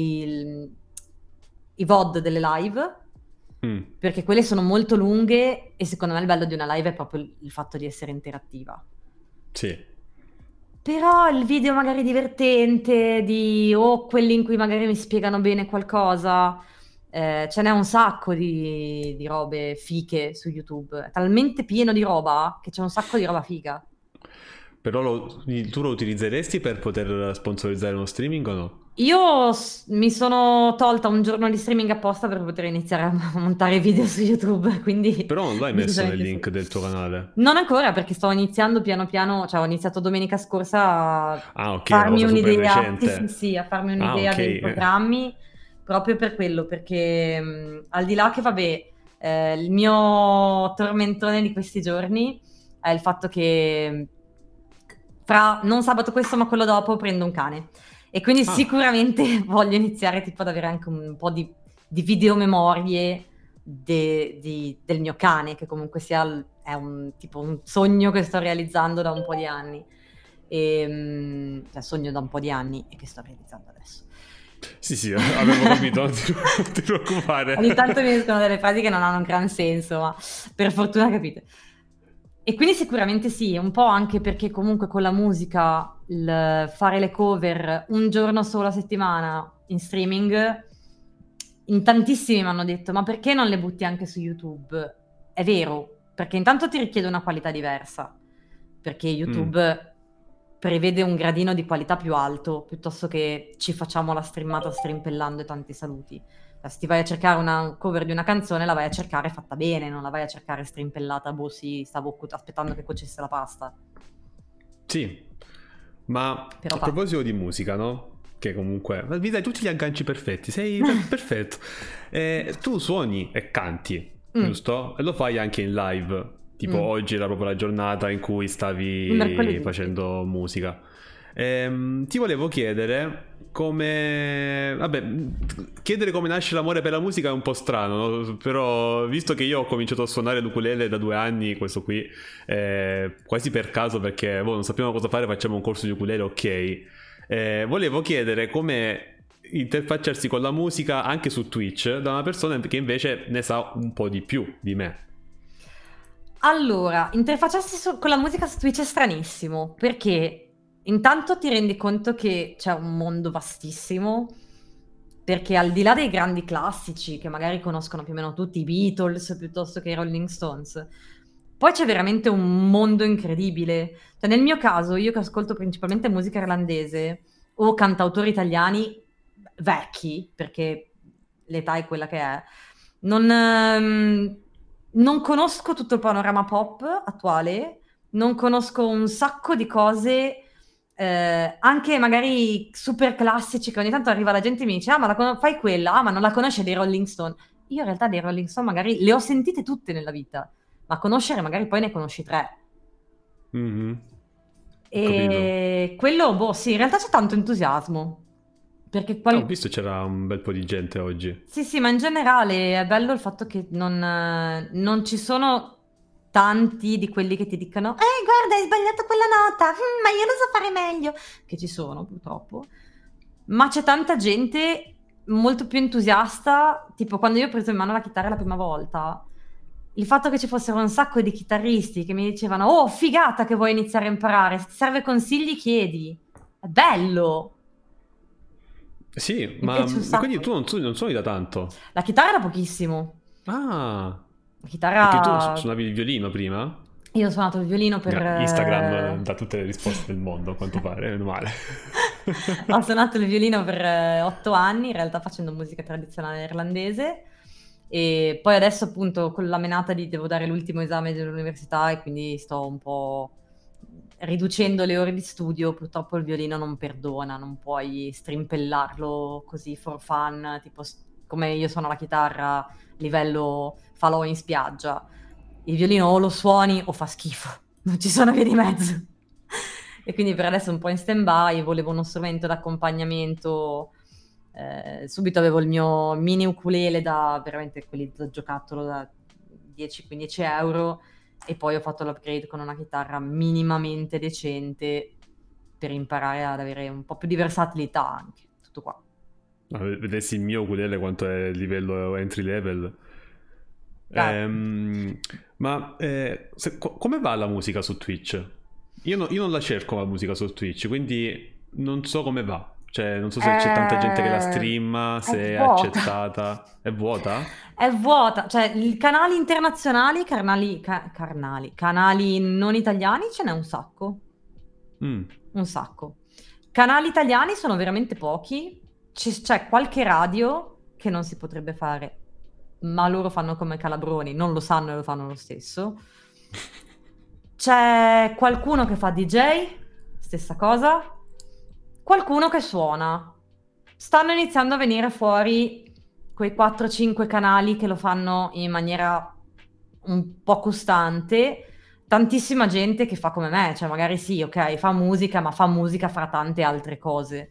i VOD delle live, Mm. perché quelle sono molto lunghe e secondo me il bello di una live è proprio il fatto di essere interattiva. Sì. Però il video magari divertente, o quelli in cui magari mi spiegano bene qualcosa, ce n'è un sacco di robe fiche su YouTube. È talmente pieno di roba che c'è un sacco di roba figa. Però tu lo utilizzeresti per poter sponsorizzare uno streaming o no? Io mi sono tolta un giorno di streaming apposta per poter iniziare a montare video su YouTube, quindi Però non l'hai messo nel decisamente link sì. del tuo canale. Non ancora perché sto iniziando piano piano, cioè ho iniziato domenica scorsa a Ah, ok, una farmi cosa super un'idea, sì sì recente. sì, a farmi Ah, un'idea ok. dei programmi, proprio per quello, perché al di là che vabbè, il mio tormentone di questi giorni è il fatto che fra non sabato questo ma quello dopo prendo un cane. E quindi Ah, sicuramente voglio iniziare tipo ad avere anche un po' di videomemorie del mio cane, che comunque sia è tipo un sogno che sto realizzando da un po' di anni. Cioè sogno da un po' di anni e che sto realizzando adesso. sì, sì, avevo capito, non ti preoccupare. Ogni tanto mi escono delle frasi che non hanno un gran senso, ma per fortuna capite. E quindi sicuramente sì, un po' anche perché comunque con la musica, fare le cover un giorno solo a settimana in streaming, in tantissimi mi hanno detto, ma perché non le butti anche su YouTube? È vero, perché intanto ti richiede una qualità diversa, perché YouTube prevede un gradino di qualità più alto, piuttosto che ci facciamo la streamata strimpellando e tanti saluti. Se ti vai a cercare una cover di una canzone, la vai a cercare fatta bene, non la vai a cercare strimpellata, boh sì, stavo aspettando che cuocesse la pasta. Sì, ma Però a proposito di musica, no? Che comunque mi dai tutti gli agganci perfetti, sei perfetto. Tu suoni e canti, giusto? E lo fai anche in live. Tipo oggi era proprio la giornata in cui stavi mercoledì, facendo musica. Ti volevo chiedere come... Vabbè, chiedere come nasce l'amore per la musica è un po' strano, no? Però visto che io ho cominciato a suonare l'ukulele da 2 anni, questo qui quasi per caso perché non sappiamo cosa fare, facciamo un corso di ukulele, ok. Volevo chiedere come interfacciarsi con la musica anche su Twitch da una persona che invece ne sa un po' di più di me. Allora, interfacciarsi con la musica su Twitch è stranissimo, perché intanto ti rendi conto che c'è un mondo vastissimo, perché al di là dei grandi classici, che magari conoscono più o meno tutti, i Beatles piuttosto che i Rolling Stones, poi c'è veramente un mondo incredibile. Cioè, nel mio caso, io che ascolto principalmente musica irlandese o cantautori italiani vecchi, perché l'età è quella che è, non conosco tutto il panorama pop attuale, non conosco un sacco di cose, anche magari super classici, che ogni tanto arriva la gente e mi dice, ah, ma fai quella, ah, ma non la conosce dei Rolling Stone. Io in realtà dei Rolling Stone magari le ho sentite tutte nella vita, ma conoscere magari poi ne conosci 3. Mm-hmm. Capito. E quello, boh, sì, in realtà c'è tanto entusiasmo. Perché Ho visto c'era un bel po' di gente oggi. sì, sì, ma in generale è bello il fatto che non ci sono tanti di quelli che ti dicono guarda, hai sbagliato quella nota, ma io lo so fare meglio, che ci sono purtroppo, ma c'è tanta gente molto più entusiasta, tipo quando io ho preso in mano la chitarra la prima volta, il fatto che ci fossero un sacco di chitarristi che mi dicevano oh, figata che vuoi iniziare a imparare, se ti serve consigli chiedi, è bello. Sì, Mi ma piace un sacco. quindi tu non suoni da tanto? La chitarra da pochissimo. Ah, La perché tu chitarra... suonavi il violino prima? Io ho suonato il violino per... Instagram dà tutte le risposte del mondo, a quanto pare, meno male. Ho suonato il violino per 8 anni, in realtà facendo musica tradizionale irlandese. E poi adesso appunto con la menata di devo dare l'ultimo esame dell'università e quindi sto un po' riducendo le ore di studio. Purtroppo il violino non perdona, non puoi strimpellarlo così for fun, tipo come io suono la chitarra livello falò in spiaggia. Il violino o lo suoni o fa schifo, non ci sono vie di mezzo. E quindi per adesso è un po' in stand-by, volevo uno strumento d'accompagnamento. Subito avevo il mio mini ukulele da veramente quelli da giocattolo da 10-15 euro e poi ho fatto l'upgrade con una chitarra minimamente decente per imparare ad avere un po' più di versatilità anche, tutto qua. Vedessi il mio ukulele quanto è il livello entry level. Dai. Ma come va la musica su Twitch? Io non la cerco la musica su Twitch, quindi non so come va. Cioè, non so se c'è tanta gente che la streama, È se è vuota. accettata. È vuota? È vuota, cioè i canali internazionali, canali non italiani ce n'è un sacco. Mm. Un sacco. Canali italiani sono veramente pochi. C'è qualche radio che non si potrebbe fare, ma loro fanno come Calabroni, non lo sanno e lo fanno lo stesso. C'è qualcuno che fa DJ, stessa cosa. Qualcuno che suona. Stanno iniziando a venire fuori quei 4-5 canali che lo fanno in maniera un po' costante. Tantissima gente che fa come me, cioè magari sì, ok, fa musica, ma fa musica fra tante altre cose.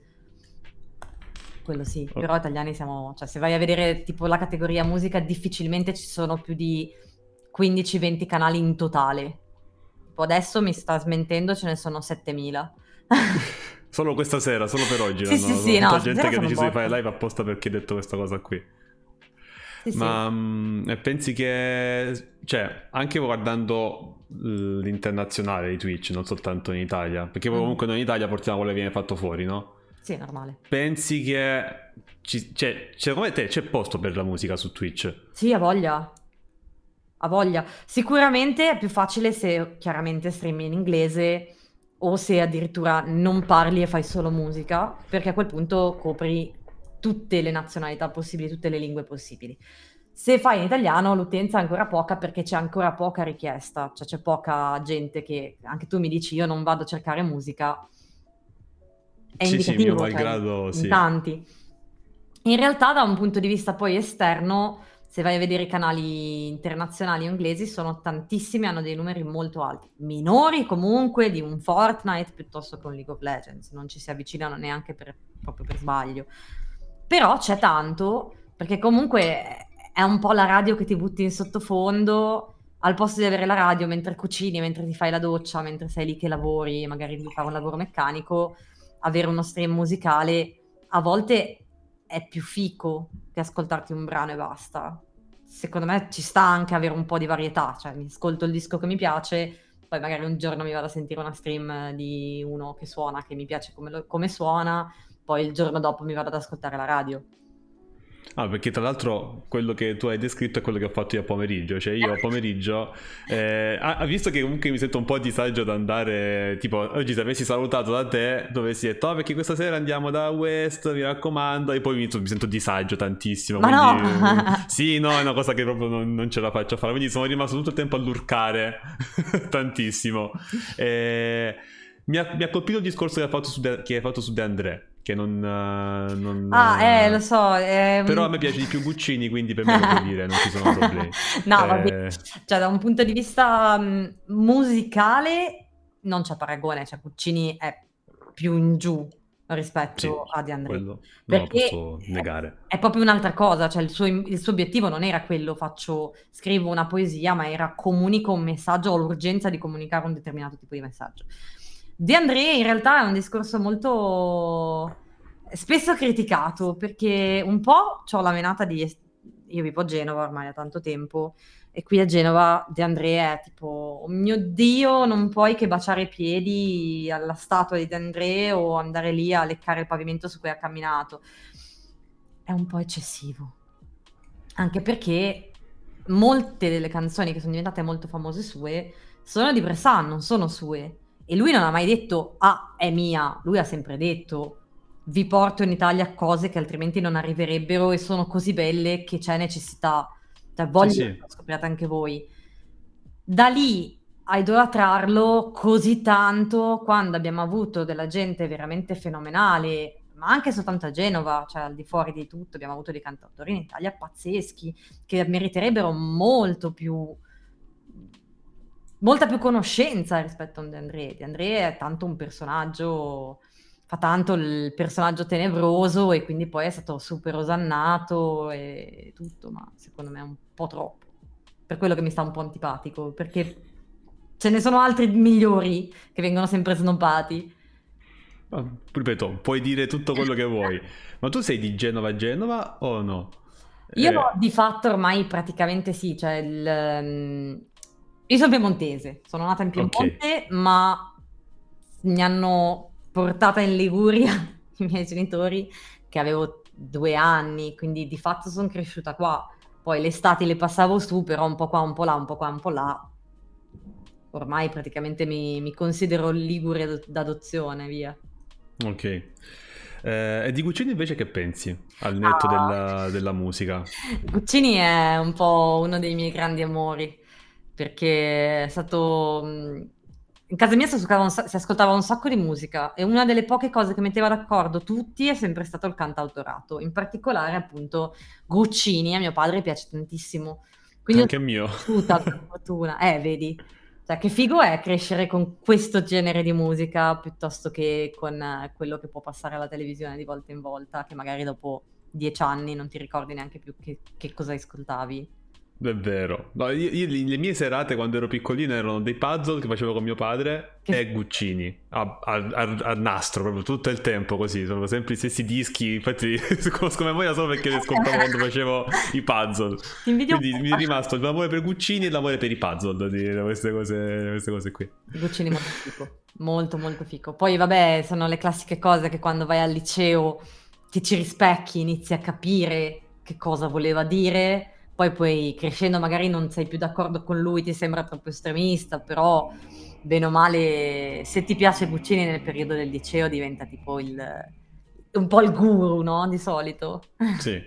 Quello sì, Oh. però italiani siamo, cioè se vai a vedere tipo la categoria musica, difficilmente ci sono più di 15-20 canali in totale. Tipo adesso mi sta smentendo, ce ne sono 7000. Solo questa sera, solo per oggi. Sì, sì, Sono sì, no, tutta gente stasera che ha sono un deciso di fare botto. live apposta perché hai detto questa cosa qui. Sì, sì. Ma pensi che, cioè, anche guardando l'internazionale di Twitch, non soltanto in Italia, perché poi comunque noi in Italia portiamo quello che viene fatto fuori, no? Sì, è normale. Pensi che, secondo te c'è posto per la musica su Twitch? Sì, ha voglia. Ha voglia. Sicuramente è più facile se chiaramente streami in inglese o se addirittura non parli e fai solo musica, perché a quel punto copri tutte le nazionalità possibili, tutte le lingue possibili. Se fai in italiano l'utenza è ancora poca perché c'è ancora poca richiesta, cioè c'è poca gente che, anche tu mi dici io non vado a cercare musica, è Sì, mio indicativo, cioè malgrado, in sì. tanti. In realtà da un punto di vista poi esterno, se vai a vedere i canali internazionali inglesi, sono tantissimi, hanno dei numeri molto alti, minori comunque di un Fortnite piuttosto che un League of Legends, non ci si avvicinano neanche proprio per sbaglio. Però c'è tanto, perché comunque è un po' la radio che ti butti in sottofondo, al posto di avere la radio mentre cucini, mentre ti fai la doccia, mentre sei lì che lavori, magari devi fare un lavoro meccanico, avere uno stream musicale a volte è più fico che ascoltarti un brano e basta. Secondo me ci sta anche avere un po' di varietà, cioè mi ascolto il disco che mi piace, poi magari un giorno mi vado a sentire una stream di uno che suona, che mi piace come suona, poi il giorno dopo mi vado ad ascoltare la radio. Ah, perché tra l'altro quello che tu hai descritto è quello che ho fatto io a pomeriggio, cioè io a pomeriggio, visto che comunque mi sento un po' a disagio ad andare, tipo oggi se avessi salutato da te, dovessi detto, perché questa sera andiamo da West, mi raccomando, e poi mi sento disagio tantissimo, Ma quindi no! sì, no, è una cosa che proprio non ce la faccio a fare, quindi sono rimasto tutto il tempo a lurcare tantissimo. Mi ha colpito il discorso che hai fatto su De André, che Lo so. però a me piace di più Guccini, quindi per me lo puoi dire, non ci sono problemi. No, vabbè, cioè da un punto di vista musicale non c'è paragone, cioè Puccini è più in giù rispetto Sì, a De André, quello non lo perché posso negare. è proprio un'altra cosa, cioè il suo obiettivo non era quello, scrivo una poesia, ma era comunico un messaggio, ho l'urgenza di comunicare un determinato tipo di messaggio. De André in realtà è un discorso molto spesso criticato, perché un po' c'ho la menata io vivo a Genova ormai da tanto tempo, e qui a Genova De André è tipo, oh mio Dio, non puoi che baciare i piedi alla statua di De André o andare lì a leccare il pavimento su cui ha camminato. È un po' eccessivo. Anche perché molte delle canzoni che sono diventate molto famose sue sono di Bressan, non sono sue. E lui non ha mai detto, ah, è mia. Lui ha sempre detto, vi porto in Italia cose che altrimenti non arriverebbero e sono così belle che c'è necessità. Cioè, voglio Sì, che sì. lo scopriate anche voi. Da lì a idolatrarlo così tanto, quando abbiamo avuto della gente veramente fenomenale, ma anche soltanto a Genova, cioè al di fuori di tutto, abbiamo avuto dei cantautori in Italia pazzeschi, che meriterebbero molta più conoscenza rispetto a un De André. De André è tanto un personaggio, fa tanto il personaggio tenebroso e quindi poi è stato super osannato e tutto, ma secondo me è un po' troppo. Per quello che mi sta un po' antipatico, perché ce ne sono altri migliori che vengono sempre snobbati. Ma, ripeto, puoi dire tutto quello che vuoi, ma tu sei di Genova a Genova o no? Io Eh, di fatto ormai praticamente sì, cioè io sono piemontese, sono nata in ok, Piemonte, ma mi hanno portata in Liguria i miei genitori che avevo 2 anni, quindi di fatto sono cresciuta qua. Poi le estati le passavo su, però un po' qua, un po' là, un po' qua, un po' là. Ormai praticamente mi considero ligure d'adozione, via. ok. E di Guccini invece che pensi? Al netto Ah. della musica? Guccini è un po' uno dei miei grandi amori, perché è stato... In casa mia si ascoltava un sacco di musica e una delle poche cose che metteva d'accordo tutti è sempre stato il cantautorato, in particolare appunto Guccini, a mio padre piace tantissimo. Quindi io Anche a sono mio. cresciuta per fortuna, vedi, cioè che figo è crescere con questo genere di musica piuttosto che con quello che può passare alla televisione di volta in volta, che magari dopo 10 anni non ti ricordi neanche più che cosa ascoltavi. È vero. No, le mie serate quando ero piccolino erano dei puzzle che facevo con mio padre Che e Guccini a nastro proprio tutto il tempo così. Sono sempre i stessi dischi. Infatti, conosco memoria solo perché li ascoltavo quando facevo i puzzle. Ti invidio un Quindi po'. mi è rimasto l'amore per Guccini e l'amore per i puzzle, queste cose qui. Guccini molto fico, molto molto fico. Poi vabbè, sono le classiche cose che quando vai al liceo ti ci rispecchi, inizi a capire che cosa voleva dire, poi crescendo magari non sei più d'accordo con lui, ti sembra troppo estremista, però bene o male, se ti piace Guccini nel periodo del liceo diventa tipo un po' il guru, no? Di solito. Sì.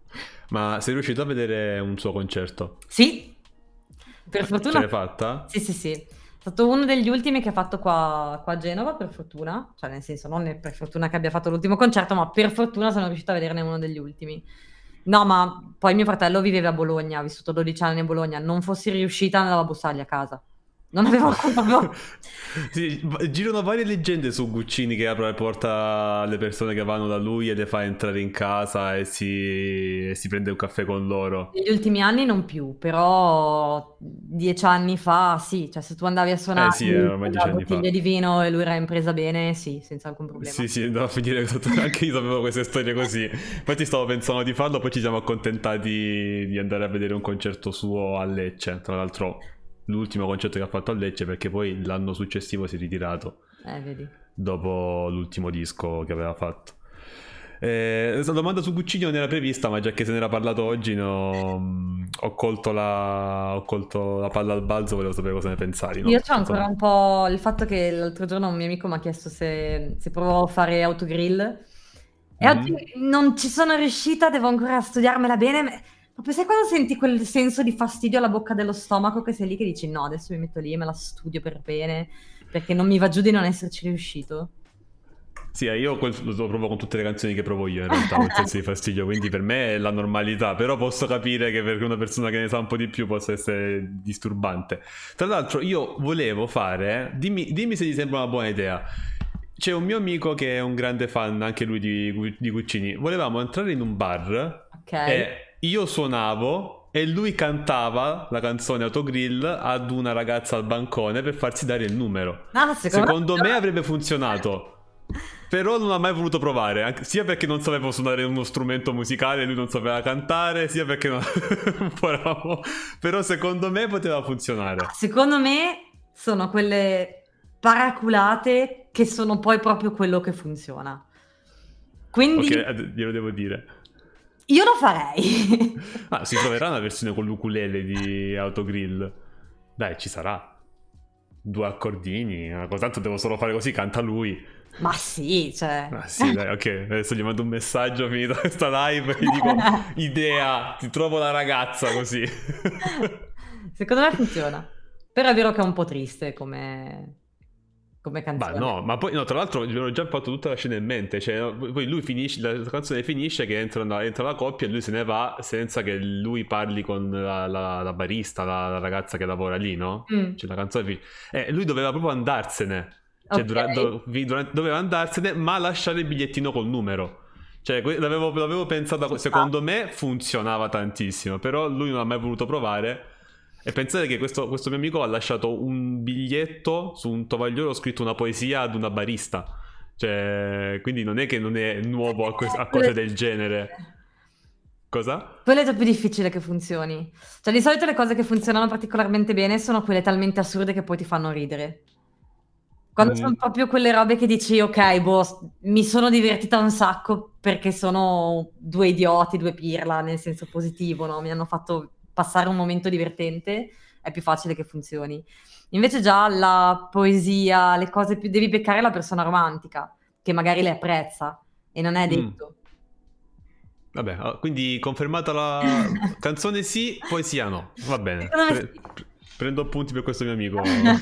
Ma sei riuscito a vedere un suo concerto? Sì, per Ce fortuna. l'hai fatta? Sì, sì, sì. È stato uno degli ultimi che ha fatto qua a Genova, per fortuna. Cioè, nel senso, non è per fortuna che abbia fatto l'ultimo concerto, ma per fortuna sono riuscita a vederne uno degli ultimi. No, ma poi mio fratello viveva a Bologna, ha vissuto 12 anni a Bologna. Non fossi riuscita, andavo a bussargli a casa. Non avevo proprio... Sì, girano varie leggende su Guccini che apre la porta alle persone che vanno da lui e le fa entrare in casa e si prende un caffè con loro. Negli ultimi anni non più, però 10 anni fa sì, cioè se tu andavi a Eh suonare sì, ormai con la 10 anni fa. bottiglia di vino e lui era in presa bene, sì, senza alcun problema. Sì, sì, andavo a finire anche io sapevo queste storie così. Infatti stavo pensando di farlo, poi ci siamo accontentati di andare a vedere un concerto suo a Lecce. Tra l'altro l'ultimo concerto che ha fatto a Lecce perché poi l'anno successivo si è ritirato Vedi. dopo l'ultimo disco che aveva fatto. La domanda su Guccini non era prevista, ma già che se ne era parlato oggi, ho colto la palla al balzo, volevo sapere cosa ne pensavi, Io no? c'ho ancora un po' il fatto che l'altro giorno un mio amico mi ha chiesto se provavo a fare autogrill e oggi Mhm. non ci sono riuscita, devo ancora studiarmela bene. Ma sai quando senti quel senso di fastidio alla bocca dello stomaco che sei lì che dici no, adesso mi metto lì e me la studio per bene perché non mi va giù di non esserci riuscito. Sì, io lo provo con tutte le canzoni che provo io in realtà, quel senso di fastidio, quindi per me è la normalità, però posso capire che per una persona che ne sa un po' di più possa essere disturbante. Tra l'altro io volevo fare, dimmi se ti sembra una buona idea, c'è un mio amico che è un grande fan, anche lui di Guccini, volevamo entrare in un bar Ok. e io suonavo e lui cantava la canzone Autogrill ad una ragazza al bancone per farsi dare il numero. Ah, Secondo me avrebbe funzionato. Però non ha mai voluto provare, sia perché non sapevo suonare uno strumento musicale, lui non sapeva cantare, sia perché un po' Però secondo me poteva funzionare. Secondo me sono quelle paraculate che sono poi proprio quello che funziona. Quindi Ok, glielo devo dire. io lo farei. Si troverà una versione con l'ukulele di Autogrill. Dai, ci sarà. 2 accordini, tanto devo solo fare così, canta lui. Ma sì, cioè. Sì, dai, ok. Adesso gli mando un messaggio finita questa live e gli dico: idea, ti trovo la ragazza così. Secondo me funziona. Però è vero che è un po' triste come Ma canzone. no, ma poi no, tra l'altro mi ho già fatto tutta la scena in mente. Cioè, poi lui finisce, la canzone finisce che entra la coppia e lui se ne va senza che lui parli con la barista, la ragazza che lavora lì, no? Cioè, la canzone lui doveva proprio andarsene. Cioè, Ok. doveva andarsene, ma lasciare il bigliettino col numero. Cioè, l'avevo pensato, secondo me funzionava tantissimo, però lui non ha mai voluto provare. E pensate che questo mio amico ha lasciato un biglietto su un tovagliolo scritto una poesia ad una barista. Cioè, quindi non è che non è nuovo a Quello è cose del genere. difficile. Cosa? Quello è già più difficile che funzioni. Cioè, di solito le cose che funzionano particolarmente bene sono quelle talmente assurde che poi ti fanno ridere. Quando sono Mhm. proprio quelle robe che dici, ok, boh, mi sono divertita un sacco perché sono 2 idioti, 2 pirla, nel senso positivo, no? Mi hanno fatto passare un momento divertente, è più facile che funzioni. Invece già la poesia, le cose più... Devi beccare la persona romantica, che magari le apprezza, e non è Mm. detto. Vabbè, quindi confermata la canzone sì, poesia no. Va bene. Secondo me sì. Prendo appunti per questo mio amico.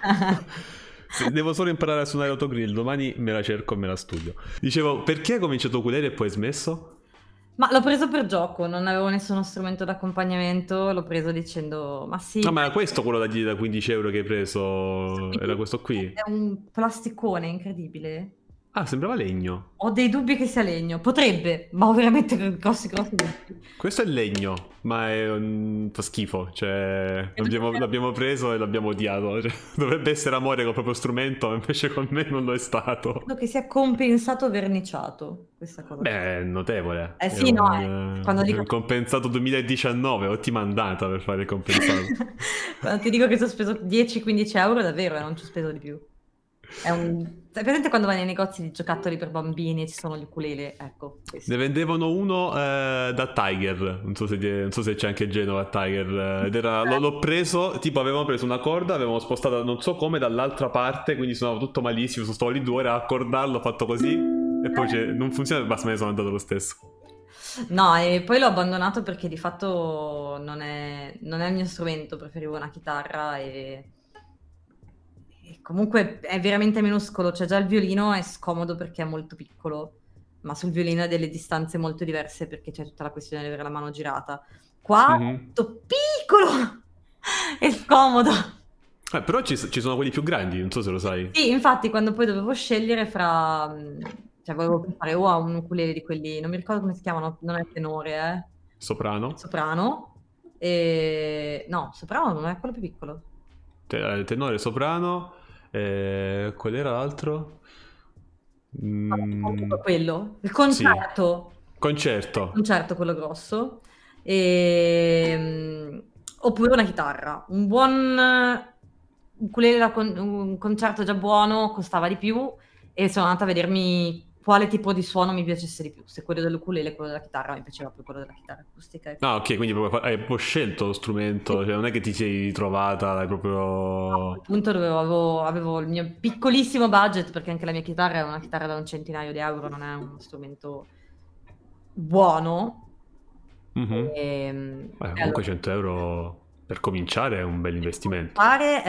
Devo solo imparare a suonare Autogrill. Domani me la cerco e me la studio. Dicevo, perché hai cominciato ukulele e poi hai smesso? Ma l'ho preso per gioco, non avevo nessuno strumento d'accompagnamento, l'ho preso dicendo, ma sì, Ah, ma dai, era questo quello da 15 euro che hai preso? Era sì, questo qui? è un plasticone incredibile. Ah, sembrava legno. Ho dei dubbi che sia legno. Potrebbe, ma ho veramente grossi dubbi. Questo è legno, ma fa schifo. Cioè, Credo che l'abbiamo preso e l'abbiamo odiato. Cioè, dovrebbe essere amore col proprio strumento, invece con me non lo è stato. sia compensato verniciato, questa cosa. Beh, è notevole. Eh È sì, no, quando è dico... un compensato 2019, ottima andata per fare il compensato. quando ti dico che ci ho speso 10-15 euro, davvero, non ci ho speso di più. È un... Sai presente quando vai nei negozi di giocattoli per bambini e ci sono gli ukulele? Ecco, questo. Ne vendevano uno da Tiger, non so se c'è anche Genova a Tiger, ed l'ho preso, tipo avevamo preso una corda, avevamo spostata non so come dall'altra parte, quindi suonava tutto malissimo, stavo lì 2 ore a accordarlo, ho fatto così, e poi non funziona, basta, me ne sono andato lo stesso. No, e poi l'ho abbandonato perché di fatto non è il mio strumento, preferivo una chitarra e comunque è veramente minuscolo, cioè già il violino è scomodo perché è molto piccolo, ma sul violino ha delle distanze molto diverse perché c'è tutta la questione di avere la mano girata. Qua è Mhm. tutto piccolo e scomodo. Però ci sono quelli più grandi, non so se lo sai. Sì, infatti quando poi dovevo scegliere fra... cioè volevo pensare o a un ukulele di quelli, non mi ricordo come si chiamano, non è tenore, Soprano, soprano, e... no, soprano non è quello più piccolo. tenore, soprano, qual era l'altro? Comunque Mm, quello, sì, il concerto. concerto quello grosso, e... oppure una chitarra. Un buon ukulele un concerto già buono costava di più e sono andata a vedermi quale tipo di suono mi piacesse di più, se quello dell'ukulele o quello della chitarra, mi piaceva più quello della chitarra acustica. Ah, ok, quindi hai proprio scelto lo Sì. strumento, cioè non è che ti sei trovata, l'hai A quel proprio... punto avevo il mio piccolissimo budget, perché anche la mia chitarra è una chitarra da un centinaio di euro, non è uno strumento buono. Mhm. E Comunque allora, 100 euro per cominciare è un bel investimento. fare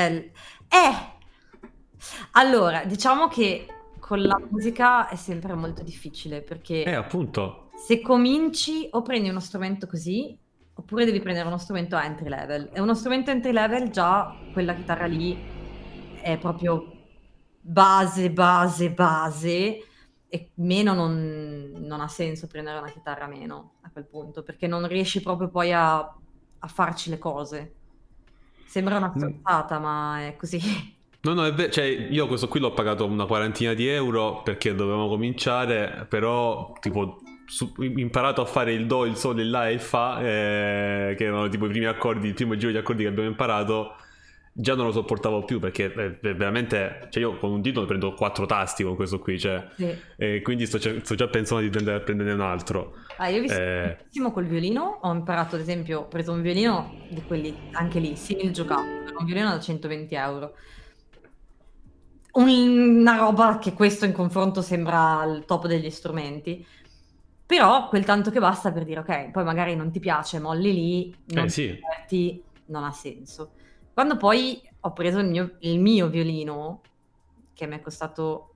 allora, diciamo che con la musica è sempre molto difficile, perché Appunto. se cominci o prendi uno strumento così, oppure devi prendere uno strumento a entry level. E uno strumento entry level, già quella chitarra lì è proprio base, base, base, e meno non ha senso prendere una chitarra meno a quel punto, perché non riesci proprio poi a farci le cose. Sembra una Mm. stronzata, ma è così. No, cioè io questo qui l'ho pagato una quarantina di euro perché dovevamo cominciare, però tipo imparato a fare il do, il sol, il la e il fa, che erano tipo i primi accordi, il primo giro di accordi che abbiamo imparato, già non lo sopportavo più perché veramente, cioè io con un dito prendo 4 tasti con questo qui, cioè, Sì. quindi sto già pensando di prenderne un altro. Io ho visto Eh, benissimo col violino, ho imparato ad esempio, ho preso un violino di quelli anche lì, simil giocato, un violino da 120 euro. Una roba che questo in confronto sembra il top degli strumenti, però quel tanto che basta per dire ok, poi magari non ti piace, molli lì, non ti sì, diverti, non ha senso. Quando poi ho preso il mio violino, che mi è costato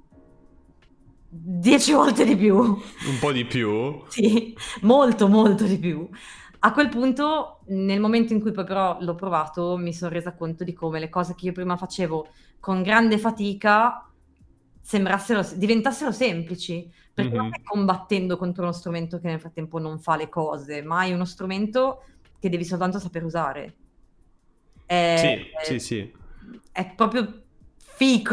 10 volte di più, un po' di più. sì, molto molto di più. A quel punto, nel momento in cui poi però l'ho provato, mi sono resa conto di come le cose che io prima facevo con grande fatica diventassero semplici, perché non Mhm. stai combattendo contro uno strumento che nel frattempo non fa le cose, ma hai uno strumento che devi soltanto saper usare. È, Sì, sì, sì. è proprio fico.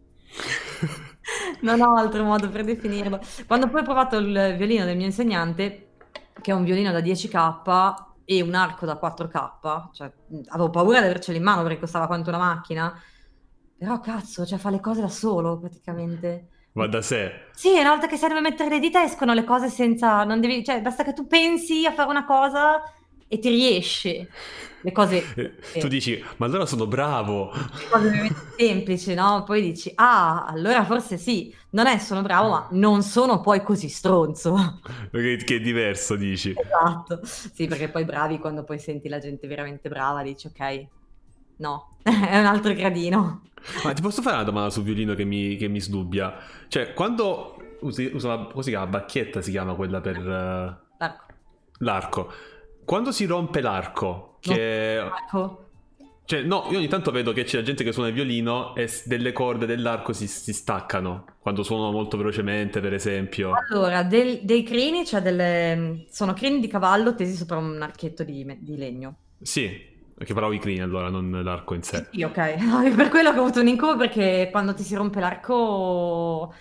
Non ho altro modo per definirlo. Quando poi ho provato il violino del mio insegnante, che è un violino da 10K e un arco da 4K, cioè avevo paura di avercelo in mano perché costava quanto una macchina, però cazzo, cioè fa le cose da solo praticamente. Va da sé. Sì, una volta che sai dove mettere le dita escono le cose senza, non devi, cioè basta che tu pensi a fare una cosa e ti riesce. Le cose, Tu le dici, ma allora sono bravo. cose ovviamente semplici, no? Poi dici, ah, allora forse sì, non è sono bravo, ma non sono poi così stronzo. Che è diverso, dici. Esatto. Sì, perché poi bravi quando poi senti la gente veramente brava, dici, ok, no, è un altro gradino. Ma ti posso fare una domanda sul violino che mi sdubbia? Cioè, quando usa come si chiama? Bacchetta si chiama quella per L'arco. l'arco. Quando si rompe l'arco, Non che... ecco. Cioè, no, io ogni tanto vedo che c'è la gente che suona il violino e delle corde dell'arco si staccano. Quando suonano molto velocemente, per esempio. Allora, dei crini, cioè sono crini di cavallo tesi sopra un archetto di legno. Sì, perché parlavo i crini allora, non l'arco in Sì, sé. sì, ok. No, è per quello che ho avuto un incubo, perché quando ti si rompe l'arco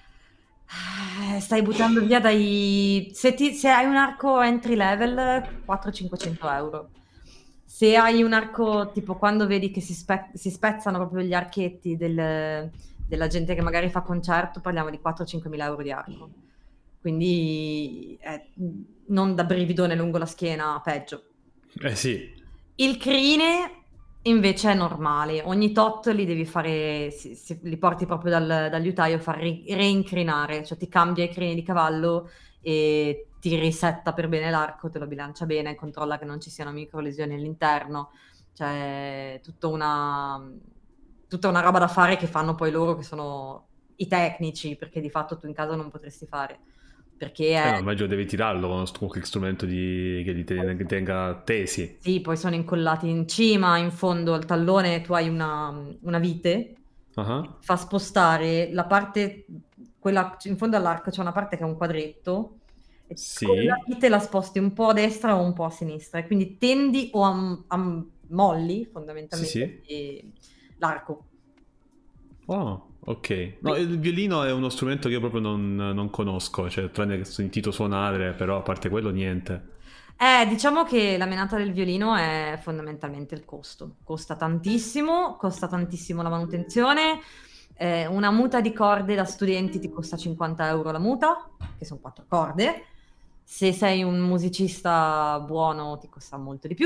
stai buttando via se hai un arco entry level 400-500 euro. Se hai un arco tipo quando vedi che si spezzano proprio gli archetti della gente che magari fa concerto, parliamo di 4-5 mila euro di arco. Quindi non da brividone lungo la schiena, peggio. Eh sì. Il crine invece è normale, ogni tot li devi fare, li porti proprio dal liutaio a far reincrinare, cioè ti cambia i crini di cavallo e ti risetta per bene l'arco, te lo bilancia bene, controlla che non ci siano micro lesioni all'interno, cioè tutta una roba da fare che fanno poi loro, che sono i tecnici, perché di fatto tu in casa non potresti fare, perché No, immagino devi tirarlo con qualche strumento che che tenga tesi. sì, poi sono incollati in cima, in fondo al tallone tu hai una vite, Ah, fa spostare la parte, quella in fondo all'arco c'è una parte che è un quadretto, e con la sì, vite la sposti un po' a destra o un po' a sinistra, e quindi tendi o molli sì, fondamentalmente sì. l'arco. Oh, ok. No, il violino è uno strumento che io proprio non conosco, cioè tranne che ho sentito suonare, però a parte quello niente. Diciamo che la menata del violino è fondamentalmente il costo. Costa tantissimo la manutenzione. Una muta di corde da studenti ti costa 50 euro la muta, che sono 4 corde. Se sei un musicista buono ti costa molto di più.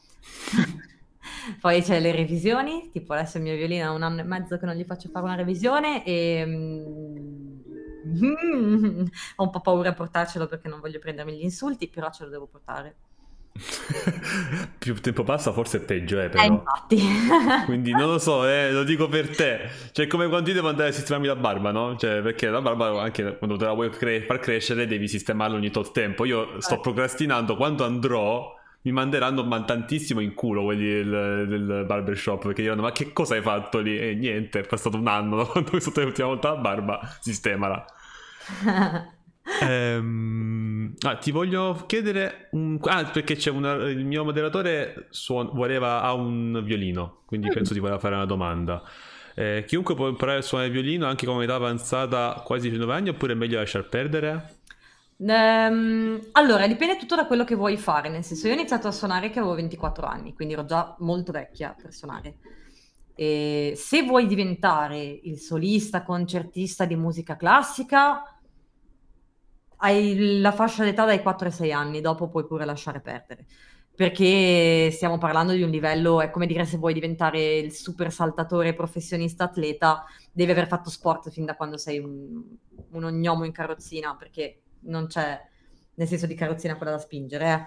Poi c'è le revisioni, tipo adesso il mio violino è 1 anno e mezzo che non gli faccio fare una revisione e ho un po' paura a portarcelo perché non voglio prendermi gli insulti, però ce lo devo portare. Più tempo passa, forse è peggio, però. Infatti. Quindi non lo so, lo dico per te. Cioè, come quando io devo andare a sistemarmi la barba, no? Cioè, perché la barba, anche quando te la vuoi far crescere, devi sistemarla ogni tot tempo. Io sto procrastinando, quando andrò mi manderanno tantissimo in culo quelli del barbershop, perché diranno, ma che cosa hai fatto lì? E niente, è passato un anno da quando mi sono fatto l'ultima volta la barba, sistemala. Ti voglio chiedere perché il mio moderatore ha un violino, quindi penso ti voleva fare una domanda. Chiunque può imparare a suonare il violino anche con un'età avanzata, quasi 19 anni, oppure è meglio lasciar perdere? Allora, dipende tutto da quello che vuoi fare, nel senso io ho iniziato a suonare che avevo 24 anni, quindi ero già molto vecchia per suonare. E se vuoi diventare il solista, concertista di musica classica, hai la fascia d'età dai 4 ai 6 anni, dopo puoi pure lasciare perdere. Perché stiamo parlando di un livello, è come dire se vuoi diventare il super saltatore professionista atleta, devi aver fatto sport fin da quando sei un ognomo in carrozzina, perché non c'è, nel senso di carrozzina quella da spingere,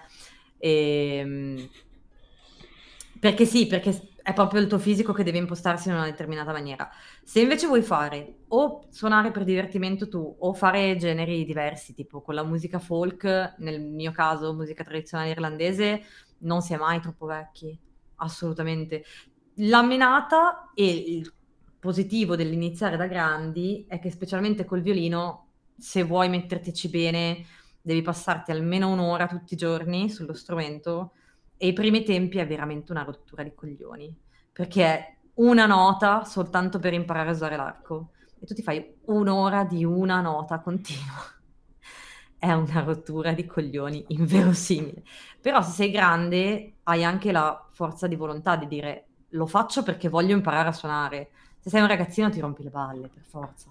perché sì, perché è proprio il tuo fisico che deve impostarsi in una determinata maniera. Se invece vuoi fare o suonare per divertimento tu o fare generi diversi, tipo con la musica folk, nel mio caso musica tradizionale irlandese, non si è mai troppo vecchi, assolutamente. La menata e il positivo dell'iniziare da grandi è che specialmente col violino, se vuoi mettertici bene, devi passarti almeno un'ora tutti i giorni sullo strumento e i primi tempi è veramente una rottura di coglioni, perché è una nota soltanto per imparare a usare l'arco e tu ti fai un'ora di una nota continua. È una rottura di coglioni inverosimile. Però se sei grande hai anche la forza di volontà di dire lo faccio perché voglio imparare a suonare. Se sei un ragazzino ti rompi le balle, per forza.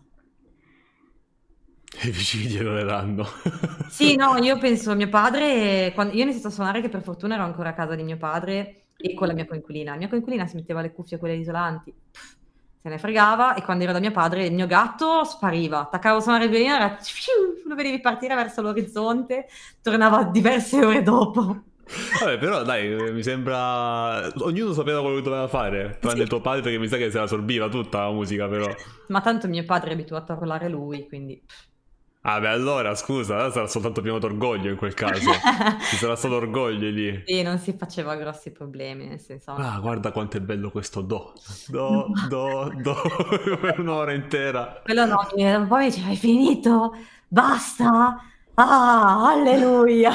I vicini ti adoreranno. Sì, no, io penso mio padre, quando io ho iniziato a suonare che per fortuna ero ancora a casa di mio padre e con la mia coinquilina. La mia coinquilina si metteva le cuffie, quelle isolanti, se ne fregava e quando ero da mio padre il mio gatto spariva. Attaccavo a suonare il violino, era lo vedevi partire verso l'orizzonte, tornava diverse ore dopo. Vabbè, però dai, mi sembra... Ognuno sapeva quello che doveva fare, tranne Sì. tuo padre che mi sa che se la sorbiva tutta la musica, però. Ma tanto mio padre è abituato a rollare lui, quindi... Ah, beh, allora, scusa, allora sarà soltanto pieno d'orgoglio in quel caso. Ci sarà stato orgoglio lì. Sì, non si faceva grossi problemi, nel senso... Ah, guarda quanto è bello questo do. Do, do, do, per un'ora intera. Quello no, poi mi dice, hai finito? Basta? Ah, alleluia!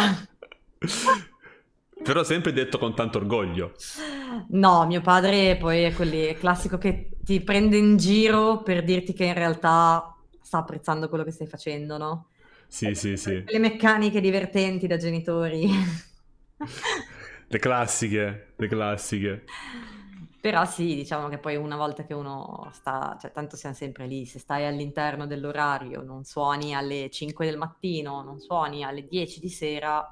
Però sempre detto con tanto orgoglio. No, mio padre poi è quelli, è classico che ti prende in giro per dirti che in realtà sta apprezzando quello che stai facendo, no? Sì, sì, sì. Le meccaniche divertenti da genitori. Le classiche, le classiche. Però sì, diciamo che poi una volta che uno sta, cioè tanto siamo sempre lì, se stai all'interno dell'orario, non suoni alle 5 del mattino, non suoni alle 10 di sera,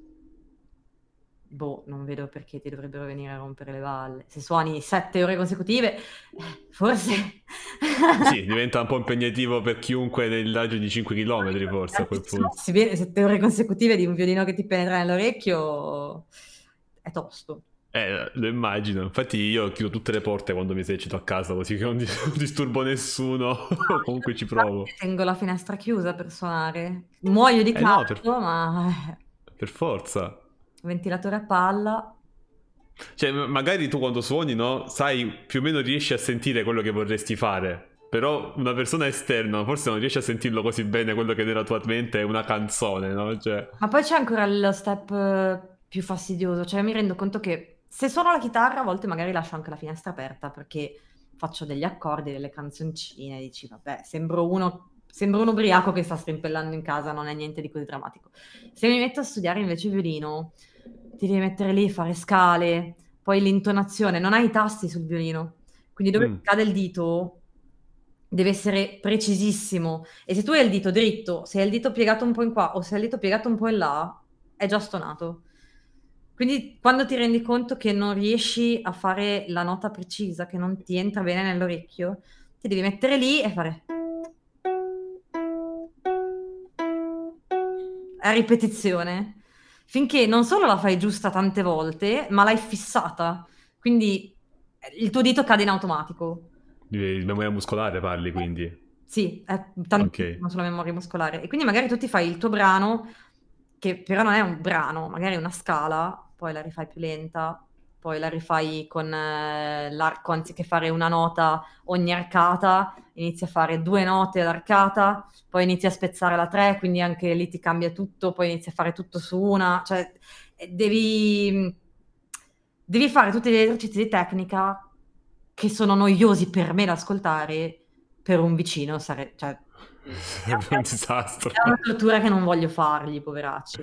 boh, non vedo perché ti dovrebbero venire a rompere le balle. Se suoni 7 ore consecutive, forse... Sì, diventa un po' impegnativo per chiunque nell'argine di 5 km, forse a quel punto. Si vede 7 ore consecutive di un violino che ti penetra nell'orecchio, è tosto. Lo immagino. Infatti io chiudo tutte le porte quando mi esercito a casa, così che non disturbo nessuno. O comunque ci provo. Tengo la finestra chiusa per suonare. Muoio di Eh no, caldo, ma per forza. ventilatore a palla. Cioè, magari tu quando suoni, no? Sai, più o meno riesci a sentire quello che vorresti fare. Però una persona esterna forse non riesce a sentirlo così bene quello che nella tua mente è una canzone, no? Cioè... Ma poi c'è ancora lo step più fastidioso, cioè mi rendo conto che se suono la chitarra a volte magari lascio anche la finestra aperta perché faccio degli accordi, delle canzoncine, dici vabbè, sembro un ubriaco che sta strimpellando in casa, non è niente di così drammatico. Se mi metto a studiare invece violino, ti devi mettere lì, fare scale, poi l'intonazione, non hai i tasti sul violino, quindi dove Mm. cade il dito deve essere precisissimo. E se tu hai il dito dritto, se hai il dito piegato un po' in qua o se hai il dito piegato un po' in là, è già stonato. Quindi quando ti rendi conto che non riesci a fare la nota precisa, che non ti entra bene nell'orecchio, ti devi mettere lì e fare a ripetizione, finché non solo la fai giusta tante volte, ma l'hai fissata. Quindi il tuo dito cade in automatico. Di memoria muscolare parli, quindi. Sì, è Ok. tantissimo sulla memoria muscolare. E quindi magari tu ti fai il tuo brano, che però non è un brano, magari è una scala, poi la rifai più lenta, poi la rifai con l'arco, anziché fare una nota ogni arcata, inizi a fare due note all'arcata, poi inizi a spezzare la tre, quindi anche lì ti cambia tutto, poi inizi a fare tutto su una, cioè devi fare tutti gli esercizi di tecnica che sono noiosi per me da ascoltare, per un vicino cioè, È un disastro. è una tortura che non voglio fargli, poveracci.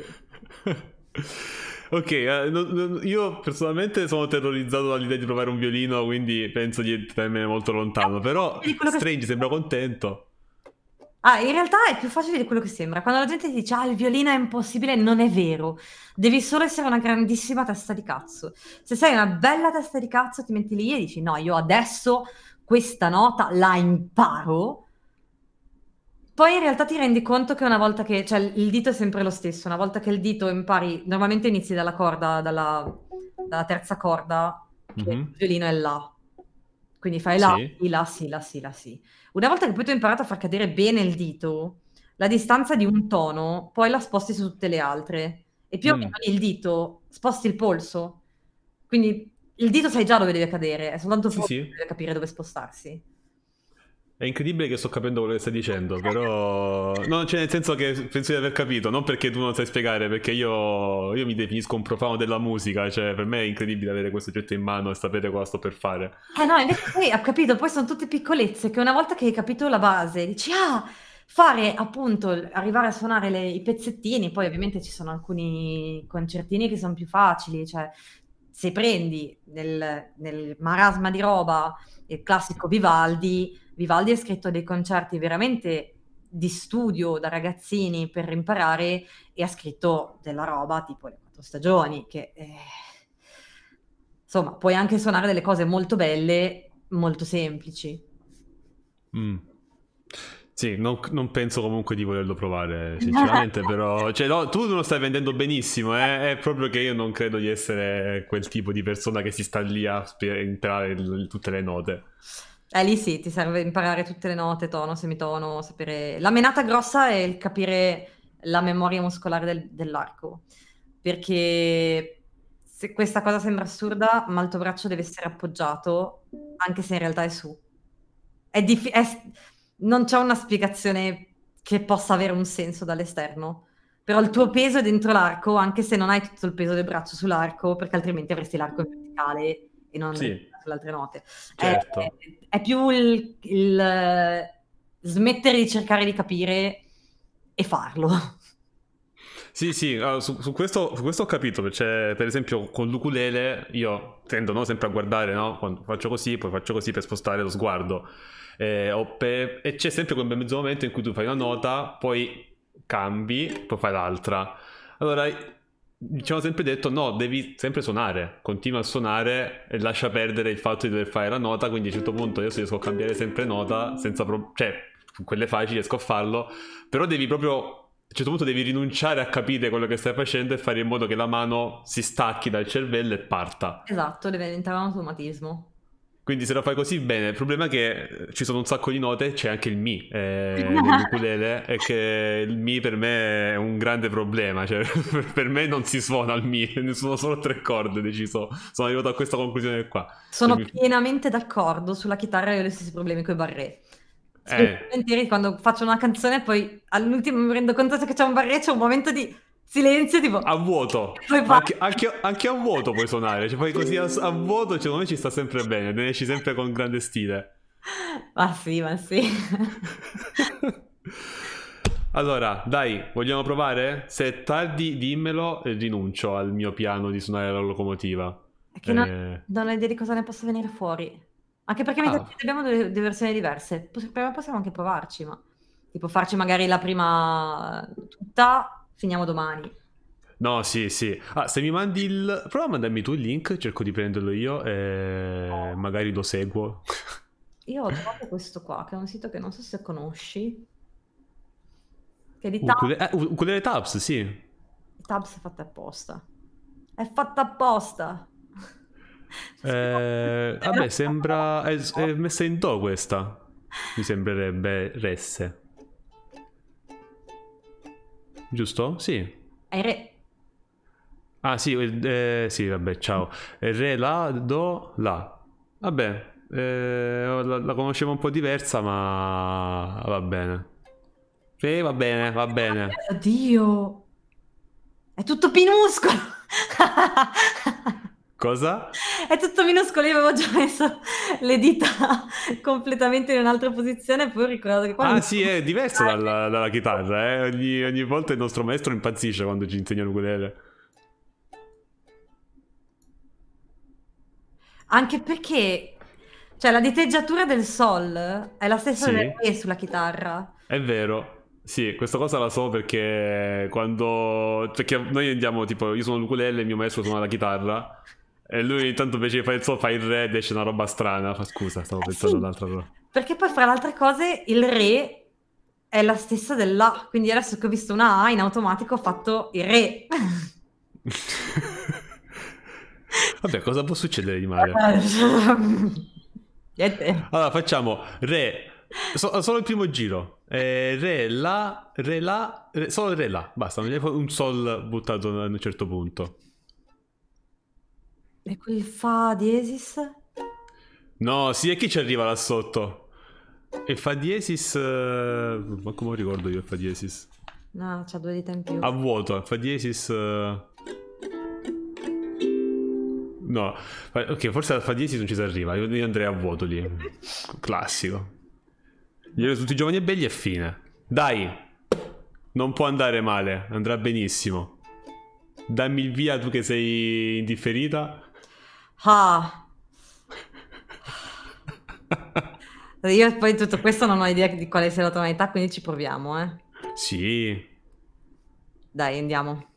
Ok, io personalmente sono terrorizzato dall'idea di provare un violino, quindi penso di tenermene molto lontano. Però Di quello che Strange sembra contento. In realtà è più facile di quello che sembra. Quando la gente ti dice, il violino è impossibile, non è vero. Devi solo essere una grandissima testa di cazzo. Se sei una bella testa di cazzo, ti metti lì e dici, no, io adesso questa nota la imparo. Poi in realtà ti rendi conto che una volta che, cioè il dito è sempre lo stesso, una volta che il dito impari, normalmente inizi dalla corda, dalla terza corda, che il violino è La. Quindi fai La, Sì. sì, La, sì, La, sì, La, sì. Una volta che poi tu hai imparato a far cadere bene il dito, la distanza di un tono, poi la sposti su tutte le altre. E più o meno il dito, sposti il polso. Quindi il dito sai già dove deve cadere, è soltanto il Sì, polso che sì. deve capire dove spostarsi. È incredibile che sto capendo quello che stai dicendo, però... No, cioè nel senso che penso di aver capito, non perché tu non sai spiegare, perché io mi definisco un profano della musica, cioè per me è incredibile avere questo oggetto in mano e sapere cosa sto per fare. No, invece poi ho capito, poi sono tutte piccolezze che una volta che hai capito la base, dici, fare appunto, arrivare a suonare i pezzettini, poi ovviamente ci sono alcuni concertini che sono più facili, cioè se prendi nel marasma di roba il classico Vivaldi ha scritto dei concerti veramente di studio da ragazzini per imparare e ha scritto della roba tipo Le Quattro Stagioni, che insomma puoi anche suonare delle cose molto belle, molto semplici. Mm. Sì, non penso comunque di volerlo provare, sinceramente, però... Cioè, no, tu lo stai vendendo benissimo, è proprio che io non credo di essere quel tipo di persona che si sta lì a imparare tutte le note. Lì sì, ti serve imparare tutte le note, tono, semitono, sapere... La menata grossa è il capire la memoria muscolare dell'arco, perché se questa cosa sembra assurda, ma il tuo braccio deve essere appoggiato, anche se in realtà è su. Non c'è una spiegazione che possa avere un senso dall'esterno, però il tuo peso è dentro l'arco, anche se non hai tutto il peso del braccio sull'arco, perché altrimenti avresti l'arco in verticale e non andresti Sì, sulle altre note. certo. È più il smettere di cercare di capire e farlo. Sì, sì, su questo ho capito, perché per esempio con l'ukulele io tendo, no, sempre a guardare, no? Quando faccio così, poi faccio così per spostare lo sguardo. E c'è sempre quel mezzo momento in cui tu fai una nota, poi cambi, poi fai l'altra. Allora, ci hanno sempre detto no, devi sempre suonare, continua a suonare e lascia perdere il fatto di dover fare la nota, quindi a un certo punto io riesco a cambiare sempre nota, cioè, con quelle facili riesco a farlo, però devi proprio... A un certo punto devi rinunciare a capire quello che stai facendo e fare in modo che la mano si stacchi dal cervello e parta. Esatto, deve diventare un automatismo. Quindi se lo fai così bene, il problema è che ci sono un sacco di note, c'è anche il Mi nell'ukulele e che il Mi per me è un grande problema, cioè per me non si suona il Mi, ne sono solo tre corde, deciso, sono arrivato a questa conclusione qua. Sono pienamente d'accordo, sulla chitarra io ho gli stessi problemi con i barré. Eh, Volentieri quando faccio una canzone poi all'ultimo mi rendo conto che c'è un barré, c'è un momento di silenzio tipo... a vuoto, Poi anche a vuoto puoi suonare, cioè fai così a vuoto, secondo me ci sta sempre bene, ne esci sempre con grande stile. Ma sì, ma sì. Allora, dai, vogliamo provare? Se è tardi, dimmelo e rinuncio al mio piano di suonare la locomotiva. È che non ho idea di cosa ne possa venire fuori. Anche perché mi sa Ah, che abbiamo delle versioni diverse. Prima possiamo anche provarci, ma tipo farci magari la prima tutta, finiamo domani. no, sì, sì. Ah, se mi mandi il... Prova a mandarmi tu il link, cerco di prenderlo io e magari lo seguo. Io ho trovato questo qua, che è un sito che non so se conosci, che di Ukulele Tabs, sì. Tabs è fatta apposta. È fatta apposta. Vabbè, sembra... È messa in do questa. Mi sembrerebbe Resse. Giusto? Sì. È re. Ah sì, sì, vabbè, ciao. Re, la, do, la. Vabbè, la conoscevo un po' diversa, ma va bene. Sì, va bene, va bene. Oddio, è tutto minuscolo. Cosa? È tutto minuscolo, io avevo già messo le dita completamente in un'altra posizione, poi ho ricordato che qua Ah non sì, è diverso dalla chitarra, eh. Ogni volta il nostro maestro impazzisce quando ci insegna l'ukulele. Anche perché, cioè, la diteggiatura del sol è la stessa del Sì, re sulla chitarra. è vero. Sì, questa cosa la so perché quando... Perché noi andiamo, tipo, io sono l'ukulele, il mio maestro suona la chitarra e lui intanto invece di fare il sol fa il re ed esce una roba strana. Fa scusa, stavo pensando Sì, all'altra cosa. perché poi fra le altre cose il re è la stessa dell'A, quindi adesso che ho visto una A in automatico ho fatto il re. Vabbè, cosa può succedere di male? Niente. Allora, facciamo re... solo il primo giro. Re, la, solo re, la. Basta, non gli fai un sol buttato a un certo punto. E quel fa diesis? No, sì, e chi ci arriva là sotto? E fa diesis... ma come ricordo io il fa diesis? No, c'ha 2 dita in più. A vuoto, fa diesis... no, ok, forse al fa diesis non ci si arriva. Io andrei a vuoto lì. Classico. Gli tutti i giovani e belli e fine. Dai, non può andare male, andrà benissimo. Dammi il via tu che sei indifferita. Ah. Io poi tutto questo non ho idea di quale sia la tonalità, quindi ci proviamo, eh. Sì. Dai, andiamo.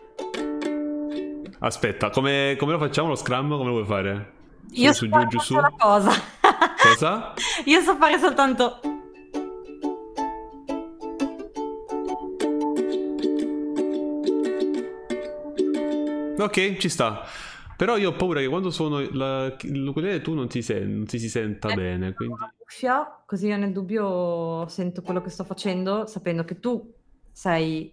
Aspetta, come lo facciamo lo scrum? Come lo vuoi fare? Io Su, so su, giù, fare giù, una su? sola cosa. Cosa? Io so fare soltanto... Ok, ci sta. Però io ho paura che quando suono l'ukulele tu non si senta bene, quindi... una cuffia, così io nel dubbio sento quello che sto facendo, sapendo che tu sei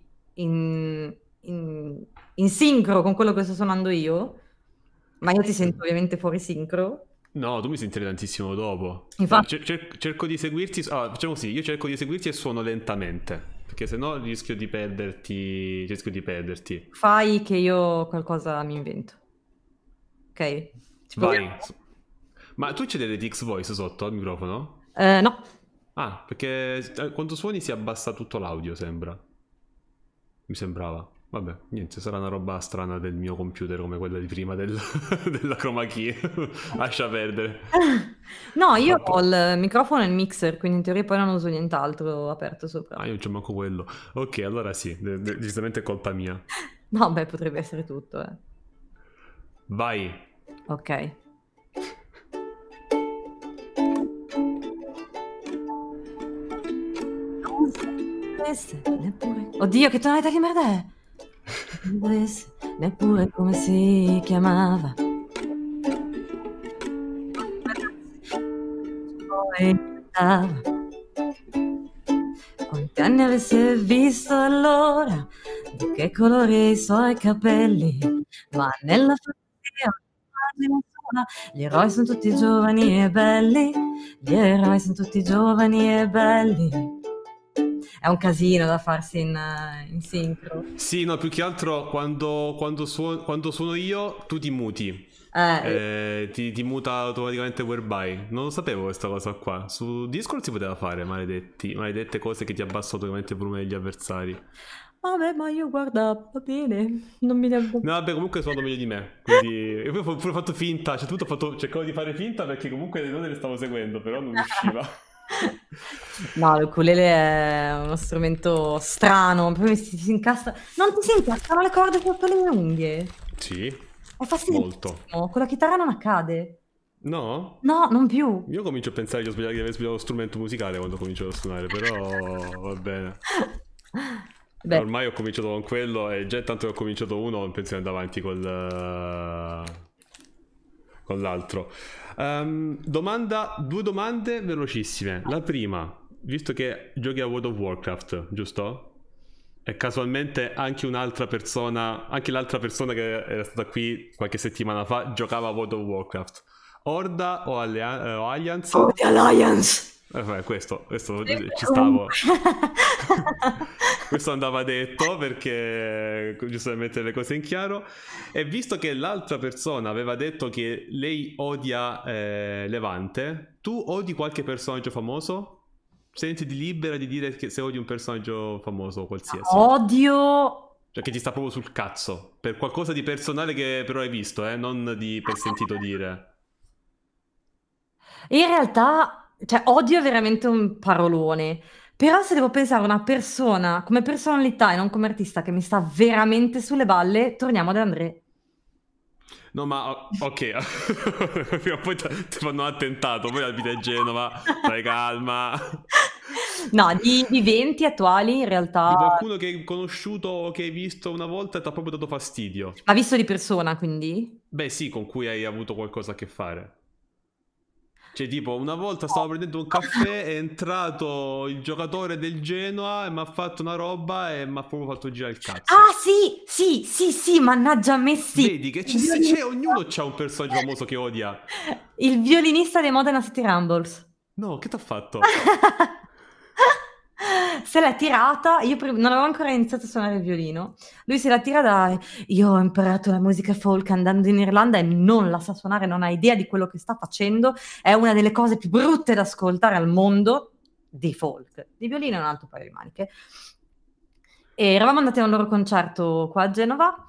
in sincro con quello che sto suonando io, ma io ti sento ovviamente fuori sincro. No, tu mi sentirai tantissimo dopo. Dai, Infatti, cerco di seguirti. Allora, facciamo così: io cerco di seguirti e suono lentamente. Perché sennò rischio di perderti. Rischio di perderti. fai che io qualcosa mi invento. Ok? Ci Vai. proviamo? Ma tu c'è delle X Voice sotto al microfono? No. Ah, perché quando suoni si abbassa tutto l'audio, sembra. Mi sembrava. Vabbè, niente, sarà una roba strana del mio computer come quella di prima della chroma key. Lascia perdere. No, io Troppo. ho il microfono e il mixer, quindi in teoria poi non uso nient'altro aperto sopra. Ah, io non c'ho manco quello. Ok, allora sì, decisamente è colpa mia. No, beh, potrebbe essere tutto, eh. Vai. Ok. Neppure... Oddio, che tonalità di merda è? Non sapessi neppure come si chiamava. Poi andava. Quanti anni avesse visto allora, di che colore i suoi capelli, ma nella fantasia un'immagine sola. Gli eroi sono tutti giovani e belli, gli eroi sono tutti giovani e belli. È un casino da farsi in sincro. Sì, no, più che altro quando suono io, tu ti muti. Ti muta automaticamente whereby. Non lo sapevo questa cosa qua. Su Discord si poteva fare, maledette cose che ti abbassano automaticamente il volume degli avversari. Vabbè, ma io guarda, va bene, non mi devo... No, vabbè, comunque suono meglio di me. Quindi... E poi ho pure fatto finta. Cioè, cercavo di fare finta perché comunque le note le stavo seguendo, però non riusciva. No, l'ukulele è uno strumento strano, poi si incastra... Non ti si incastrano le corde sotto le unghie? Sì, È fastidioso. molto. Con la chitarra non accade. No? No, non più. Io comincio a pensare di aver sbagliato lo strumento musicale quando comincio a suonare, però va bene. Beh, Ormai ho cominciato con quello e già tanto che ho cominciato uno, non penso di andare avanti con l'altro. Due domande velocissime. La prima, visto che giochi a World of Warcraft, giusto? E casualmente anche un'altra persona, anche l'altra persona che era stata qui qualche settimana fa, giocava a World of Warcraft. Horda o Alliance? The Alliance. Questo ci stavo. Questo andava detto perché giusto per mettere le cose in chiaro. E visto che l'altra persona aveva detto che lei odia Levante, tu odi qualche personaggio famoso? Sentiti libera di dire che se odi un personaggio famoso qualsiasi. Odio. Cioè che ti sta proprio sul cazzo. Per qualcosa di personale che però hai visto, non per sentito dire. In realtà, cioè, odio è veramente un parolone. Però se devo pensare a una persona come personalità e non come artista che mi sta veramente sulle balle, torniamo ad André. No, ma ok. Prima o poi ti fanno un attentato. Poi abiti a Genova. Stai calma. No, di viventi attuali in Di realtà, qualcuno che hai conosciuto o che hai visto una volta e ti ha proprio dato fastidio. ma visto di persona, quindi? Beh, sì, con cui hai avuto qualcosa a che fare. Cioè, tipo, una volta stavo prendendo un caffè, è entrato il giocatore del Genoa e mi ha fatto una roba e mi ha proprio fatto girare il cazzo. Ah, sì, sì, sì, sì, mannaggia a me sì. Vedi che ognuno c'ha un personaggio famoso che odia. Il violinista dei Modena City Rumbles. No, che t'ha fatto? Se l'è tirata, io non avevo ancora iniziato a suonare il violino. Lui se la tira da io ho imparato la musica folk andando in Irlanda e non la sa suonare, non ha idea di quello che sta facendo. È una delle cose più brutte da ascoltare al mondo di folk. Di violino è un altro paio di maniche. E eravamo andati a un loro concerto qua a Genova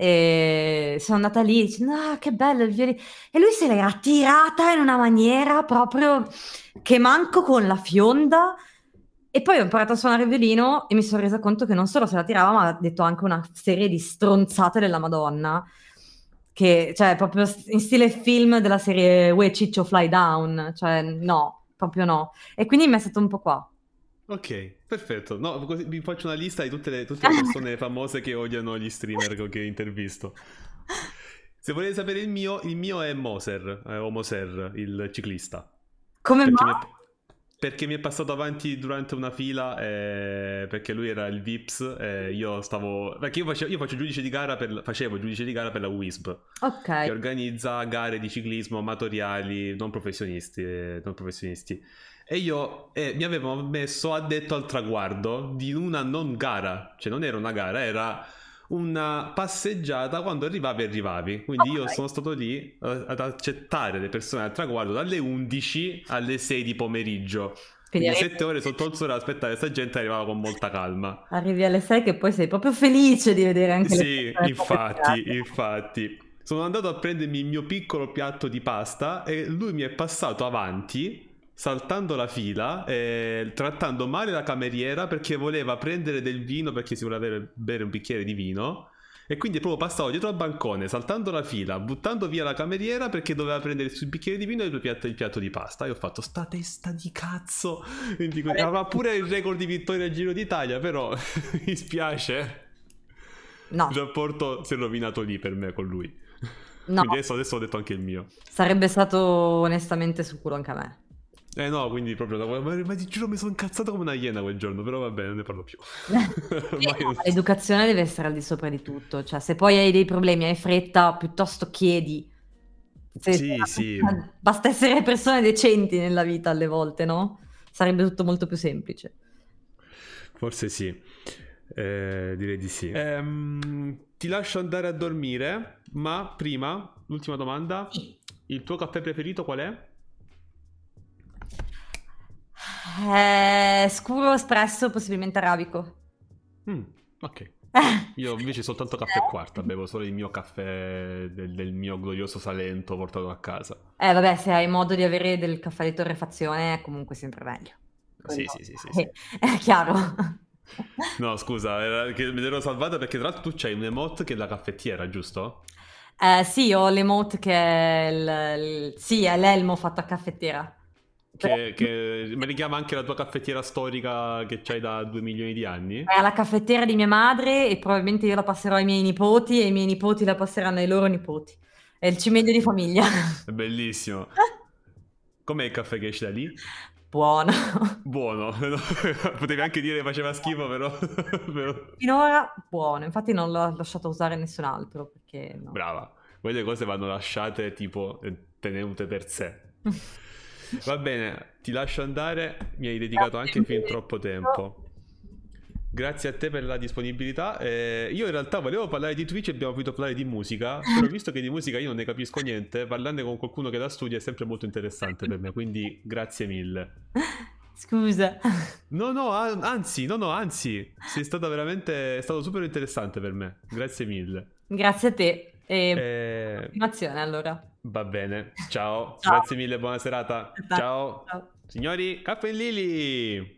e sono andata lì dicendo ah, che bello il violino. E lui se l'era tirata in una maniera proprio che manco con la fionda. E poi ho imparato a suonare il violino e mi sono resa conto che non solo se la tirava, ma ha detto anche una serie di stronzate della Madonna, che, cioè, proprio in stile film della serie Uè Ciccio Fly Down, cioè, no, proprio no. E quindi mi è stato un po' qua. Ok, perfetto. No, così vi faccio una lista di tutte le persone famose che odiano gli streamer che intervisto. Se volete sapere il mio è Moser, o Moser, il ciclista. Come Perché mai? perché mi è passato avanti durante una fila, perché lui era il Vips, io stavo... Perché io faccio facevo giudice di gara per la WISP, Ok. che organizza gare di ciclismo amatoriali, non professionisti. E io mi avevo messo addetto al traguardo di una non gara, cioè non era una gara, era una passeggiata quando arrivavi. Quindi io Ok. sono stato lì ad accettare le persone al traguardo dalle 11 alle 6 di pomeriggio. Quindi Quindi 7 ore sotto il sole ad aspettare questa gente arrivava con molta calma. arrivi alle 6 che poi sei proprio felice di vedere anche le Sì, persone infatti, fotografate. infatti. Sono andato a prendermi il mio piccolo piatto di pasta e lui mi è passato avanti, saltando la fila, trattando male la cameriera perché voleva prendere del vino perché si voleva bere un bicchiere di vino. E quindi è proprio passato dietro al bancone, saltando la fila, buttando via la cameriera perché doveva prendere il bicchiere di vino e il piatto di pasta. E ho fatto, sta testa di cazzo! Quindi, avrà pure il record di vittoria al Giro d'Italia, però mi spiace. No, Il rapporto si è rovinato lì per me con lui. no, Quindi adesso ho detto anche il mio. sarebbe stato onestamente su culo anche a me. No, quindi proprio ma ti giuro mi sono incazzato come una iena quel giorno, però va bene, non ne parlo più. Ormai No, non- l'educazione deve essere al di sopra di tutto, cioè se poi hai dei problemi, hai fretta, piuttosto chiedi. Sì, sì, Basta essere persone decenti nella vita alle volte, no? Sarebbe tutto molto più semplice. forse sì. Direi di sì. Ti lascio andare a dormire, ma prima, l'ultima domanda. Sì. Il tuo caffè preferito qual è? Scuro espresso, possibilmente arabico. Mm, ok. Io invece soltanto caffè e quarta, bevo solo il mio caffè del mio glorioso Salento portato a casa. Vabbè, se hai modo di avere del caffè di torrefazione è comunque sempre meglio. Sì, Quello sì, sì, sì, sì. è chiaro. No, scusa, che me l'ero salvata perché tra l'altro tu c'hai un emote che è la caffettiera, giusto? Sì, ho l'emote che è sì, è l'elmo fatto a caffettiera. Però Che mi richiama anche la tua caffettiera storica che c'hai da 2 milioni di anni. è la caffettiera di mia madre e probabilmente io la passerò ai miei nipoti e i miei nipoti la passeranno ai loro nipoti. È il cimelio di famiglia. È bellissimo. Com'è il caffè che esce da lì? Buono. Buono. Potevi anche dire che faceva schifo, però... Finora buono, infatti non l'ho lasciato usare nessun altro perché no. Brava. Quelle cose vanno lasciate tipo tenute per sé. Va bene, ti lascio andare. Mi hai dedicato anche fin troppo tempo. Grazie a te per la disponibilità. Io in realtà volevo parlare di Twitch e abbiamo voluto parlare di musica, però visto che di musica io non ne capisco niente, parlarne con qualcuno che la studia è sempre molto interessante per me, quindi grazie mille. Scusa. No, no, anzi, no, no, anzi, sei stata veramente, è stato super interessante per me. Grazie mille. Grazie a te e buona Eh, continuazione allora. Va bene, ciao, Ciao. grazie mille, buona serata. Ciao. Ciao. Ciao. Signori, Caffè Lili!